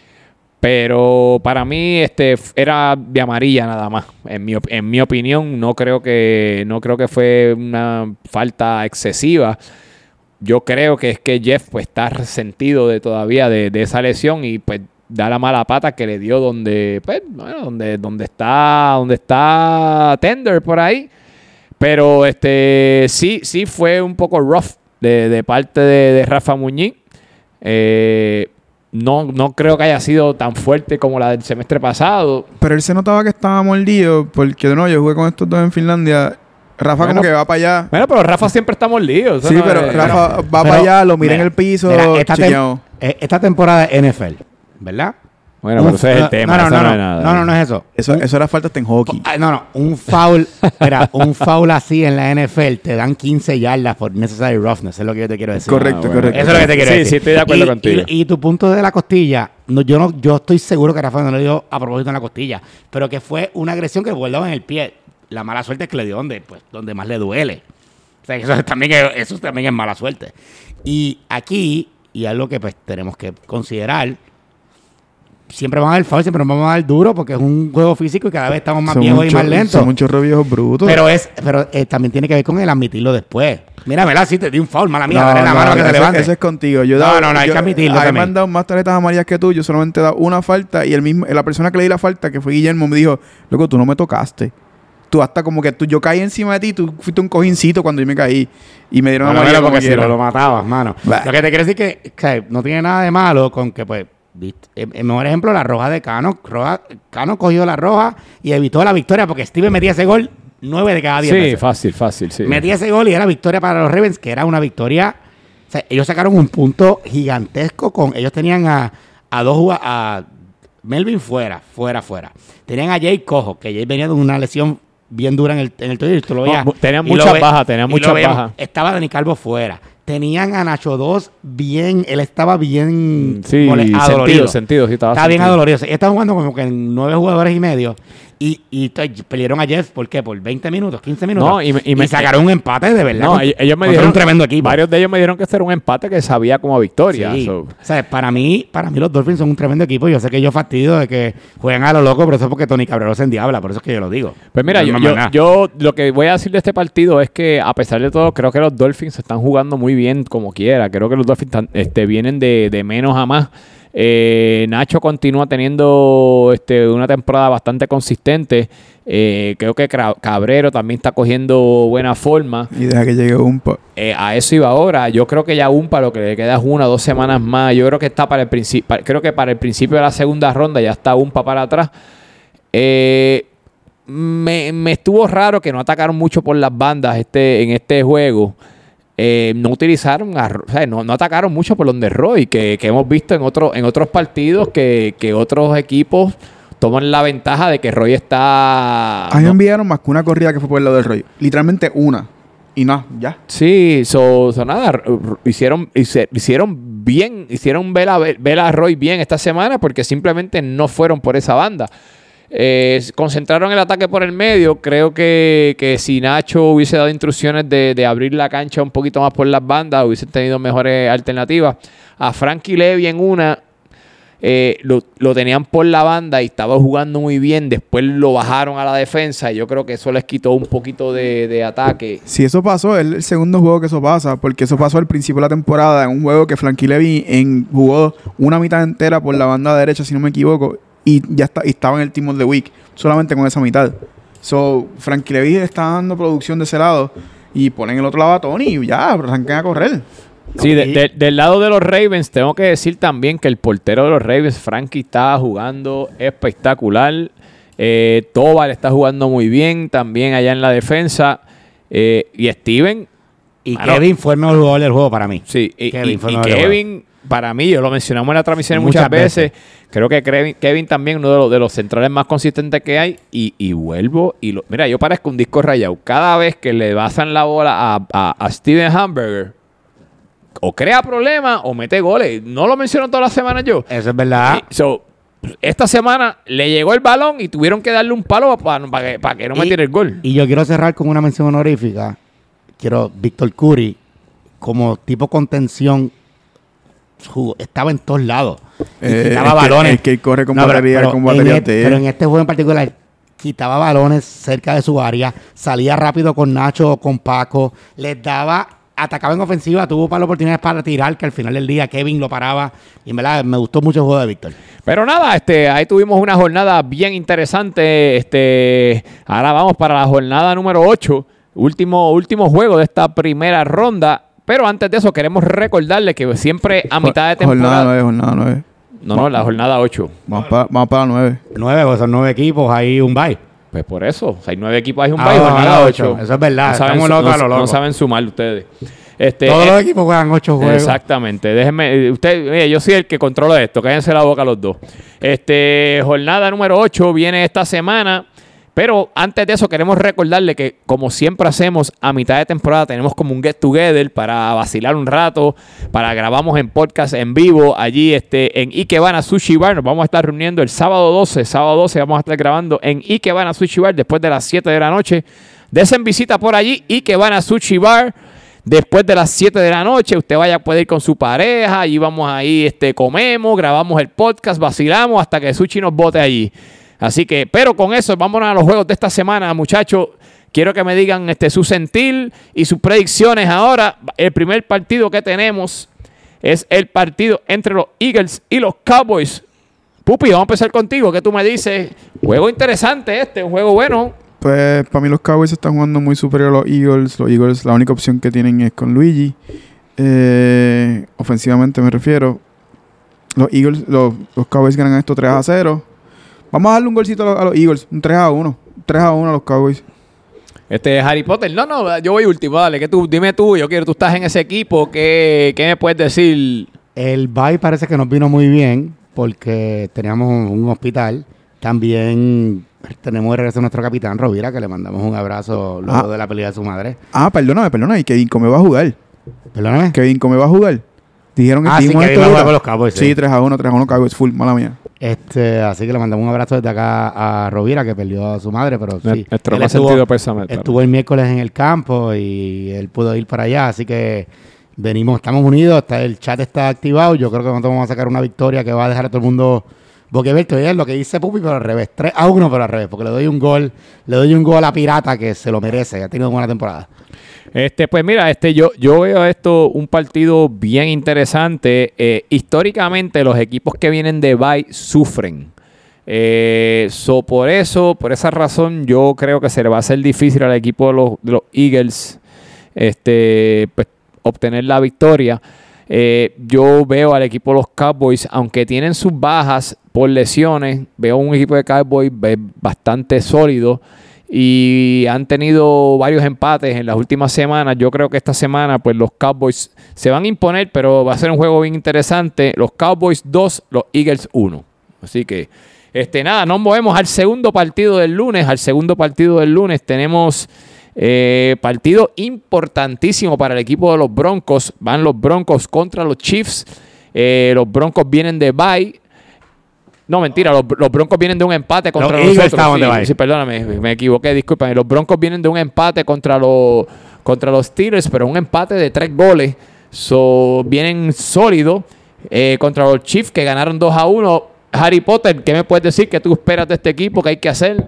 Pero para mí este f- era de amarilla nada más. En mi, op- en mi opinión, no creo que no creo que fue una falta excesiva. Yo creo que es que Jeff pues está resentido de todavía de, de esa lesión y pues da la mala pata que le dio donde pues, bueno, donde donde está donde está Tender por ahí. Pero este sí sí fue un poco rough de, de parte de, de Rafa Muñiz. Eh, no, no creo que haya sido tan fuerte como la del semestre pasado. Pero él se notaba que estaba mordido porque, no, yo jugué con estos dos en Finlandia. Rafa Bueno, como que va para allá. Bueno, pero Rafa siempre está mordido. eso Sí, no pero es- Rafa va Pero, para allá, lo mira mira, en el piso, mira, esta, tem- chequeado. eh, esta temporada de N F L, ¿verdad? Bueno, Un- pero ese es el no, tema. No, no, eso no, no no, es nada. no, no, no es eso. Eso, eso era falta hasta en hockey. Ah, no, no, un foul, espera, un foul así en la N F L te dan quince yardas por necessary roughness, es lo que yo te quiero decir. Correcto, Ah, bueno. correcto. Eso es lo que te quiero Sí, decir. sí, estoy de acuerdo Y- contigo. Y, y tu punto de la costilla, no, yo no, yo estoy seguro que Rafa no le dio a propósito en la costilla, pero que fue una agresión que le guardaba en el pie. La mala suerte es que le dio donde, pues, donde más le duele. O sea, eso también es, eso también es mala suerte. Y aquí y algo que pues tenemos que considerar. Siempre van a dar foul, siempre nos vamos a dar duro porque es un juego físico y cada vez estamos más Son viejos y muchos- más lentos. Son muchos viejos brutos. Pero es, pero eh, también tiene que ver con el admitirlo después. Mira, ¿verdad? Sí, te di un foul, mala mía, No, dale la no, mano para que te ese- levante. Ese es contigo. Yo he No, dado- no, no, hay yo- que admitirlo a mí me también. han dado más tarjetas amarillas que tú. Yo solamente he dado una falta y el mismo, la persona que le di la falta, que fue Guillermo, me dijo, loco, tú no me tocaste. Tú hasta como que tú, yo caí encima de ti, tú fuiste un cojincito cuando yo me caí y me dieron Bueno, amarilla mira, como porque si quiera. no lo matabas, mano. Bah. Lo que te quiero decir que, o sea, no tiene nada de malo con que, pues, viste, el, el mejor ejemplo, la roja de Cano. Roja, Cano cogió la roja y evitó la victoria porque Steven metía ese gol nueve de cada diez Sí, veces. fácil, fácil, sí. Metía ese gol y era victoria para los Ravens, que era una victoria. O sea, ellos sacaron un punto gigantesco con. Ellos tenían a, a dos juga- a Melvin fuera, fuera, fuera. Tenían a Jay Cojo, que Jay venía de una lesión bien dura en el, en el tobillo. y tú lo veías- No, tenían y lo muchas ve- bajas, tenían y lo muchas veíamos. bajas. Estaba Dani Calvo fuera. Tenían a Nacho dos bien, él estaba bien Sí, mole- sentido, adolorido. sentido, sí, estaba Estaba bien sentido. adolorido. Ellos estaban jugando como que en nueve jugadores y medio. Y, y t- perdieron a Jeff, ¿por qué? Por veinte minutos, quince minutos. No, y me- y me- sacaron un empate de verdad. No, con- ellos, ellos me contra dijeron un tremendo equipo. Varios de ellos me dijeron que este era un empate que sabía como a victoria. Sí. So, O sea, para mí, para mí los Dolphins son un tremendo equipo. Yo sé que yo fastidio de que jueguen a lo loco, pero eso es porque Tony Cabrera se endiabla, por eso es que yo lo digo. Pues mira, No yo, es yo, más nada. yo lo que voy a decir de este partido es que a pesar de todo, creo que los Dolphins están jugando muy bien como quiera. Creo que los Dolphins están- este, vienen de, de menos a más. Eh, Nacho continúa teniendo este, una temporada bastante consistente. Eh, creo que Cra- Cabrero también está cogiendo buena forma. Y deja que llegue un po. Eh, a eso iba ahora. Yo creo que ya Umpa lo que le queda es una o dos semanas más. Yo creo que está para el principio. Creo que para el principio de la segunda ronda ya está Umpa para atrás. Eh, me, me estuvo raro que no atacaron mucho por las bandas este, en este juego. Eh, no utilizaron, a, o sea, no, no atacaron mucho por donde Roy, que, que hemos visto en, otro, en otros partidos que, que otros equipos toman la ventaja de que Roy está... A mí me no- enviaron más que una corrida que fue por el lado del rollo. Literalmente una. Y no, ya. Sí, so, so nada, r- r- hicieron, hice- hicieron bien, hicieron ver a, ver a Roy bien esta semana porque simplemente no fueron por esa banda. Eh, s- concentraron el ataque por el medio. Creo que, que si Nacho hubiese dado instrucciones de, de abrir la cancha un poquito más por las bandas, hubiesen tenido mejores alternativas. A Frankie Levy en una, eh, lo, lo tenían por la banda y estaba jugando muy bien. Después lo bajaron a la defensa y yo creo que eso les quitó un poquito de, de ataque. Si eso pasó, es el segundo juego que eso pasa, porque eso pasó al principio de la temporada, en un juego que Frankie Levy en, jugó una mitad entera por la banda derecha, si no me equivoco, y ya está, y estaba en el Team of the Week, solamente con esa mitad. So, Frankie Levy está dando producción de ese lado y ponen el otro lado a Tony y ya, arrancan a correr. Sí, de- Y- de- del lado de los Ravens, tengo que decir también que el portero de los Ravens, Frankie, está jugando espectacular. Eh, Tobar está jugando muy bien también allá en la defensa. Eh, y Steven, Y Mano. Kevin fue el mejor jugador del juego para mí. sí, y, Kevin y- fue y el mejor Kevin, para mí, yo lo mencionamos en la transmisión muchas, Muchas veces. veces. Creo que Kevin, Kevin también uno de los, de los centrales más consistentes que hay. Y, y vuelvo. y lo, Mira, yo parezco un disco rayado. Cada vez que le basan la bola a, a, a Steven Hamburger, o crea problemas o mete goles. No lo menciono todas las semanas yo. Eso es verdad. Y- so, esta semana le llegó el balón y tuvieron que darle un palo para que, pa que no Y- metiera el gol. Y yo quiero cerrar con una mención honorífica. Quiero, Víctor Curry, como tipo contención, jugó- estaba en todos lados. Y Eh, quitaba es que- balones. es que él corre con No, pero- batería, pero con en batería el- T. Pero en este juego en particular, quitaba balones cerca de su área, salía rápido con Nacho o con Paco, les daba, atacaba en ofensiva, tuvo para oportunidades para tirar, que al final del día Kevin lo paraba. Y en verdad me gustó mucho el juego de Víctor. Pero nada, este, ahí tuvimos una jornada bien interesante. Este, ahora vamos para la jornada número ocho. Último, último juego de esta primera ronda. Pero antes de eso, queremos recordarles que siempre a mitad de Jornada temporada. nueve, jornada nueve. No, no, la jornada ocho. Vamos para, vamos para la nueve. Nueve, pues son nueve equipos, ahí un bye. Pues por eso. O sea, hay nueve equipos, hay un Ah, bye, jornada jornada ocho. ocho. Eso es verdad, No saben, estamos su- locos a no- lo loco. no saben sumar ustedes. Este, Todos eh, los equipos juegan ocho juegos. Exactamente. Déjenme, usted, mire, yo soy el que controla esto. Cállense la boca los dos. Este, jornada número ocho viene esta semana. Pero antes de eso queremos recordarle que, como siempre hacemos, a mitad de temporada tenemos como un get together para vacilar un rato, para grabamos en podcast en vivo allí este, en Ikebana Sushi Bar. Nos vamos a estar reuniendo el sábado doce. Sábado doce vamos a estar grabando en Ikebana Sushi Bar después de las siete de la noche. Desen visita por allí, Ikebana Sushi Bar. después de las siete de la noche. Usted vaya a poder ir con su pareja. Allí vamos ahí, este, comemos, grabamos el podcast, vacilamos hasta que Sushi nos bote allí. Así que, pero con eso, vámonos a los juegos de esta semana, muchachos. Quiero que me digan este, su sentir y sus predicciones ahora. El primer partido que tenemos es el partido entre los Eagles y los Cowboys. Pupi, vamos a empezar contigo. ¿Qué tú me dices? Juego interesante este, un juego bueno. Pues para mí los Cowboys están jugando muy superior a los Eagles. Los Eagles, la única opción que tienen es con Luigi. Eh, ofensivamente me refiero. Los Eagles, los, los Cowboys ganan esto tres a cero. Vamos a darle un golcito a los, a los Eagles. Un tres a uno. tres a uno a los Cowboys. Este Harry Potter. No, no, yo voy último. Dale, que tú, dime tú. Yo quiero, tú estás en ese equipo. ¿Qué, qué me puedes decir? El bye parece que nos vino muy bien porque teníamos un, un hospital. También tenemos de regreso a nuestro capitán Rovira, que le mandamos un abrazo luego ah. de la pelea de su madre. Ah, perdóname, perdóname. Kevin Come va a jugar. ¿Perdóname? Kevin Come va a jugar. Dijeron que ah, sí, Kevin va a jugar con los Cowboys. Sí, tres a uno, tres a uno Cowboys full. Mala mía. Este, así que le mandamos un abrazo desde acá a Rovira, que perdió a su madre, pero sí. Nuestro él más estuvo, sentido pésame. Estuvo el miércoles en el campo y él pudo ir para allá, así que venimos, estamos unidos, está, el chat está activado. Yo creo que nosotros vamos a sacar una victoria que va a dejar a todo el mundo boquiabierto. Y es lo que dice Pupi, pero al revés, tres a uno, pero al revés, porque le doy un gol, le doy un gol a Pirata que se lo merece, ha tenido buena temporada. Este, pues mira, este, yo, yo veo esto un partido bien interesante. Eh, históricamente los equipos que vienen de bye sufren. Eh, so, por eso, por esa razón, yo creo que se le va a hacer difícil al equipo de los, de los Eagles este, pues, obtener la victoria. Eh, yo veo al equipo de los Cowboys, aunque tienen sus bajas por lesiones, veo un equipo de Cowboys bastante sólido. Y han tenido varios empates en las últimas semanas. Yo creo que esta semana pues los Cowboys se van a imponer, pero va a ser un juego bien interesante. Los Cowboys dos, los Eagles uno. Así que, este nada, nos movemos al segundo partido del lunes. Al segundo partido del lunes tenemos eh, partido importantísimo para el equipo de los Broncos. Van los Broncos contra los Chiefs. Eh, los Broncos vienen de bye. No, mentira, los, los Broncos vienen de un empate contra los nosotros. Sí, sí, perdóname, me equivoqué, discúlpame. Los Broncos vienen de un empate contra los, contra los Steelers, pero un empate de tres goles. So, vienen sólidos eh, contra los Chiefs que ganaron dos a uno. Harry Potter, ¿qué me puedes decir? ¿Qué tú esperas de este equipo? ¿Qué hay que hacer?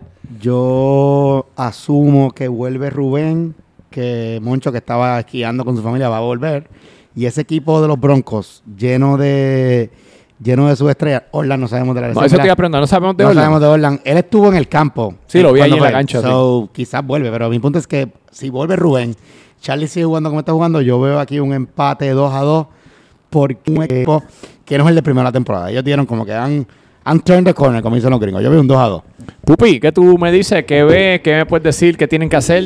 Yo asumo que vuelve Rubén, que Moncho, que estaba esquiando con su familia, va a volver. Y ese equipo de los Broncos, lleno de... lleno de sus estrellas. Orland no sabemos de la lesión. No, eso te iba a preguntar. No sabemos de no Orland. No sabemos de Orland. Él estuvo en el campo. Sí, lo vi ahí en la cancha. So, sí. Quizás vuelve, pero mi punto es que si vuelve Rubén, Charlie sigue jugando como está jugando, yo veo aquí un empate dos a dos porque un equipo que no es el de primera temporada. Ellos dieron como que han, han turned the corner, como dicen los gringos. Yo veo un dos a dos. Pupi, ¿qué tú me dices? ¿Qué ves? ¿Qué me puedes decir? ¿Qué tienen que hacer?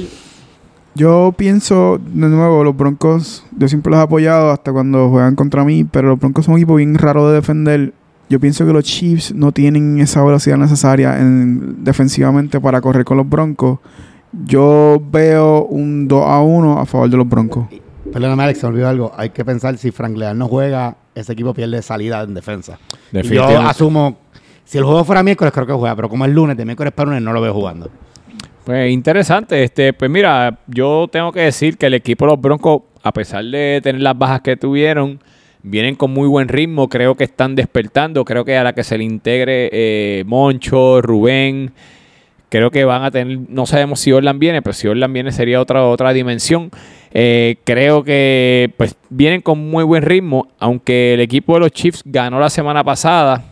Yo pienso, de nuevo, los Broncos, yo siempre los he apoyado hasta cuando juegan contra mí, pero los Broncos son un equipo bien raro de defender. Yo pienso que los Chiefs no tienen esa velocidad necesaria en, defensivamente para correr con los Broncos. Yo veo un dos a uno a favor de los Broncos. Perdóname, Alex, se me olvidó algo. Hay que pensar, si Frank Leal no juega, ese equipo pierde salida en defensa. Y yo asumo, si el juego fuera miércoles, creo que juega, pero como es lunes, de miércoles para lunes, no lo veo jugando. Pues interesante. Este, pues mira, yo tengo que decir que el equipo de los Broncos, a pesar de tener las bajas que tuvieron, vienen con muy buen ritmo. Creo que están despertando. Creo que a la que se le integre eh, Moncho, Rubén, creo que van a tener, no sabemos si Orland viene, pero si Orland viene sería otra, otra dimensión. Eh, creo que pues vienen con muy buen ritmo, aunque el equipo de los Chiefs ganó la semana pasada.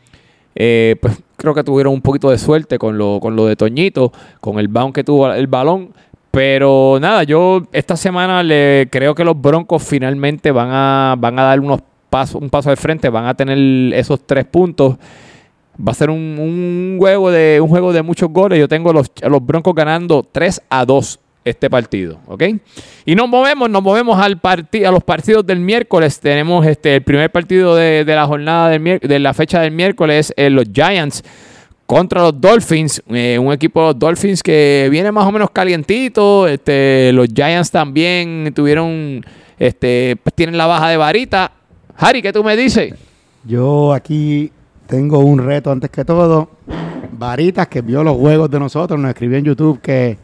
Eh, pues creo que tuvieron un poquito de suerte con lo, con lo de Toñito, con el bounce que tuvo el balón. Pero nada, yo esta semana le creo que los Broncos finalmente van a, van a dar unos pasos, un paso al frente, van a tener esos tres puntos. Va a ser un, un juego de un juego de muchos goles. Yo tengo los, a los Broncos ganando tres a dos este partido, ¿ok? Y nos movemos, nos movemos al parti- a los partidos del miércoles. Tenemos este el primer partido de, de la jornada del mier- de la fecha del miércoles, eh, los Giants contra los Dolphins, eh, un equipo de los Dolphins que viene más o menos calientito. Este, los Giants también tuvieron, este, pues tienen la baja de Varita. Harry, ¿qué tú me dices? Yo aquí tengo un reto antes que todo. Varitas, que vio los juegos de nosotros, nos escribió en YouTube que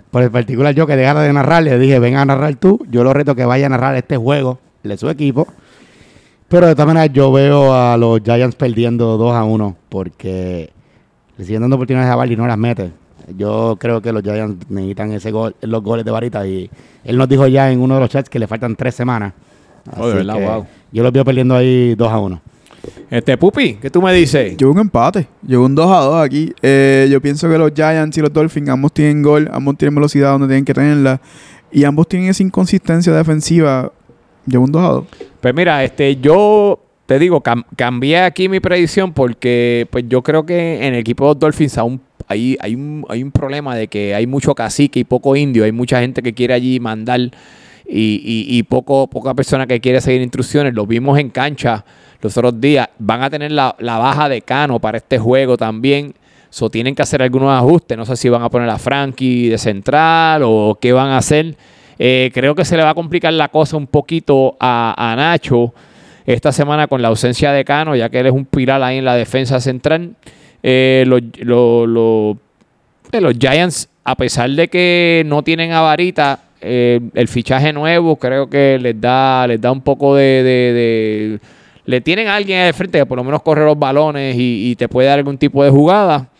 por el particular yo que dejara de narrar, le dije, ven a narrar tú, yo lo reto que vaya a narrar este juego de su equipo. Pero de todas maneras yo veo a los Giants perdiendo dos a uno porque le siguen dando oportunidades a Barkley y no las mete. Yo creo que los Giants necesitan ese gol, los goles de Varita, y él nos dijo ya en uno de los chats que le faltan tres semanas. Oh, de verdad, wow. Yo los veo perdiendo ahí dos a uno. Este, Pupi, ¿qué tú me dices? Llevo un empate. Llevo un dos a dos aquí. Eh, yo pienso que los Giants y los Dolphins ambos tienen gol, ambos tienen velocidad donde tienen que tenerla y ambos tienen esa inconsistencia defensiva. Llevo un dos a dos. Pues mira, este, yo te digo, cam- cambié aquí mi predicción porque pues yo creo que en el equipo de los Dolphins aún hay, hay, un, hay un problema de que hay mucho cacique y poco indio. Hay mucha gente que quiere allí mandar y, y, y poco, poca persona que quiere seguir instrucciones. Lo vimos en cancha los otros días. Van a tener la, la baja de Cano para este juego también. So, tienen que hacer algunos ajustes. No sé si van a poner a Frankie de central o qué van a hacer. Eh, creo que se le va a complicar la cosa un poquito a, a Nacho esta semana con la ausencia de Cano, ya que él es un pilar ahí en la defensa central. Eh, los, los, los, eh, los Giants, a pesar de que no tienen a Varita, eh, el fichaje nuevo creo que les da, les da un poco de... de, de le tienen a alguien al frente que por lo menos corre los balones y, y te puede dar algún tipo de jugada.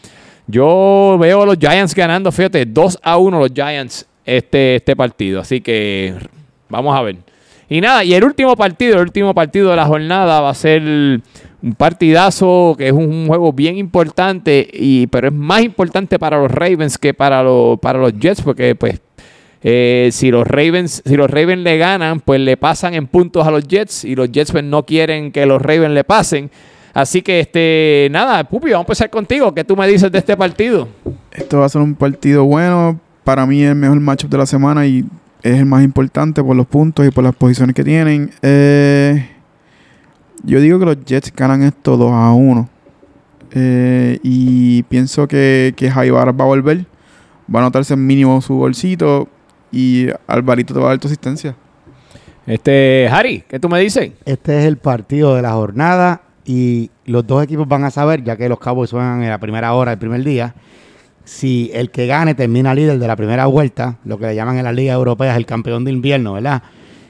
Yo veo a los Giants ganando, fíjate, dos a uno los Giants este, este partido. Así que vamos a ver. Y nada, y el último partido, el último partido de la jornada va a ser un partidazo que es un juego bien importante, y pero es más importante para los Ravens que para los, para los Jets, porque pues Eh, si los Ravens si los Ravens le ganan, pues le pasan en puntos a los Jets, y los Jets pues no quieren que los Ravens le pasen. Así que este nada, Pupi, vamos a empezar contigo. ¿Qué tú me dices de este partido? Esto va a ser un partido bueno. Para mí es el mejor matchup de la semana y es el más importante por los puntos y por las posiciones que tienen. Eh, yo digo que los Jets ganan esto dos a uno. Eh, y pienso que, que Jaibar va a volver. Va a anotarse mínimo su bolsito y Alvarito te va a dar tu asistencia. Este, Harry, ¿qué tú me dices? Este es el partido de la jornada y los dos equipos van a saber, ya que los Cowboys juegan en la primera hora del primer día, si el que gane termina líder de la primera vuelta, lo que le llaman en la Liga Europea es el campeón de invierno, ¿verdad?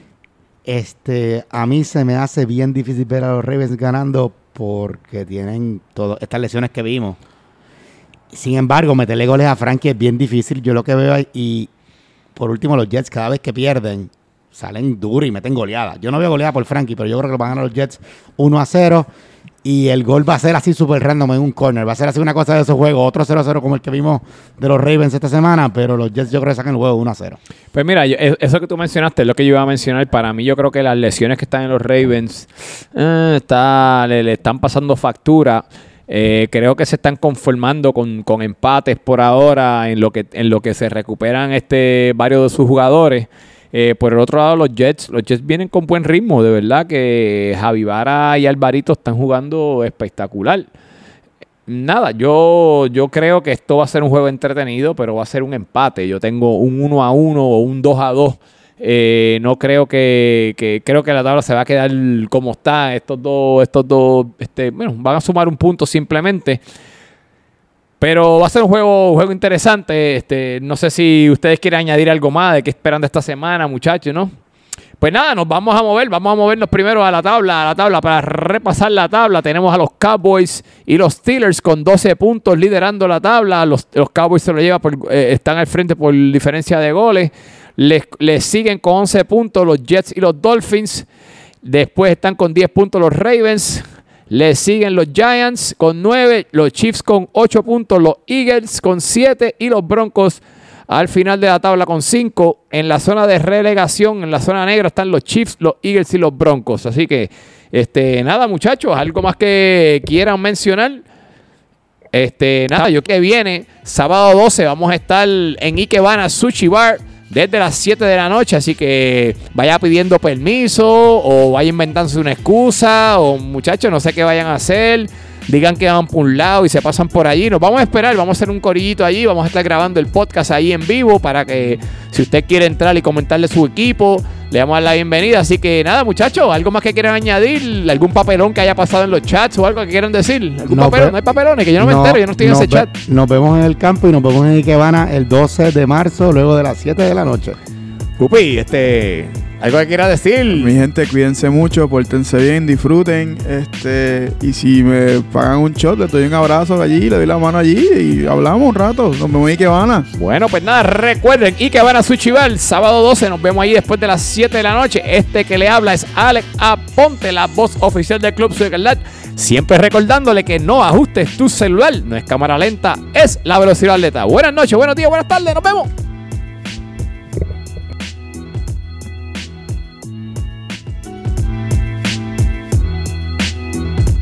Este, a mí se me hace bien difícil ver a los Ravens ganando porque tienen todas estas lesiones que vimos. Sin embargo, meterle goles a Frankie es bien difícil. Yo lo que veo ahí, y por último, los Jets cada vez que pierden salen duros y meten goleadas. Yo no veo goleada por Frankie, pero yo creo que lo van a ganar los Jets uno a cero. Y el gol va a ser así súper random en un corner. Va a ser así una cosa de esos juegos. Otro cero a cero como el que vimos de los Ravens esta semana. Pero los Jets yo creo que sacan el juego uno a cero. Pues mira, yo, eso que tú mencionaste es lo que yo iba a mencionar. Para mí yo creo que las lesiones que están en los Ravens eh, está, le, le están pasando factura. Eh, creo que se están conformando con, con empates por ahora en lo que en lo que se recuperan este varios de sus jugadores. Eh, por el otro lado, los Jets, los Jets vienen con buen ritmo, de verdad que Javi Vara y Alvarito están jugando espectacular. Nada, yo, yo creo que esto va a ser un juego entretenido, pero va a ser un empate. Yo tengo un uno a uno o un dos a dos. Eh, no creo que, que creo que la tabla se va a quedar como está. Estos dos, estos dos, este, bueno, van a sumar un punto simplemente. Pero va a ser un juego, un juego interesante. Este, no sé si ustedes quieren añadir algo más de qué esperan de esta semana, muchachos, ¿no? Pues nada, nos vamos a mover, vamos a movernos primero a la tabla, a la tabla para repasar la tabla. Tenemos a los Cowboys y los Steelers con doce puntos liderando la tabla. Los, los Cowboys se lo llevan, por, eh, están al frente por diferencia de goles. Les, les siguen con once puntos los Jets y los Dolphins. Después están con diez puntos los Ravens. Les siguen los Giants con nueve, los Chiefs con ocho puntos, los Eagles con siete y los Broncos al final de la tabla con cinco. En la zona de relegación, en la zona negra, están los Chiefs, los Eagles y los Broncos. Así que, este, nada, muchachos, algo más que quieran mencionar. Este, nada, yo que viene, sábado doce, vamos a estar en Ikebana Sushi Bar desde las siete de la noche, así que vaya pidiendo permiso o vaya inventándose una excusa o muchachos, no sé qué vayan a hacer. digan que van por un lado y se pasan por allí. Nos vamos a esperar, vamos a hacer un corillito allí, vamos a estar grabando el podcast ahí en vivo para que si usted quiere entrar y comentarle su equipo, le damos la bienvenida. Así que nada, muchachos, algo más que quieran añadir, algún papelón que haya pasado en los chats o algo que quieran decir. ¿Algún No, papelón? pe- No hay papelones, que yo no me No, entero, yo no estoy en nos ese ve- chat. Nos vemos en el campo y nos vemos en Ikebana el doce de marzo, luego de las siete de la noche. Pupi, este, algo que quiera decir. Mi gente, cuídense mucho, pórtense bien, disfruten. Este, y si me pagan un shot, le doy un abrazo allí, le doy la mano allí y hablamos un rato. Nos vemos en Ikebana. Bueno, pues nada, recuerden, y que van a Suchival, sábado doce, nos vemos ahí después de las siete de la noche. Este que le habla es Alex Aponte, la voz oficial del Club Soccer. Siempre recordándole que no ajustes tu celular, no es cámara lenta, es la velocidad atleta. Buenas noches, buenos días, buenas tardes, nos vemos.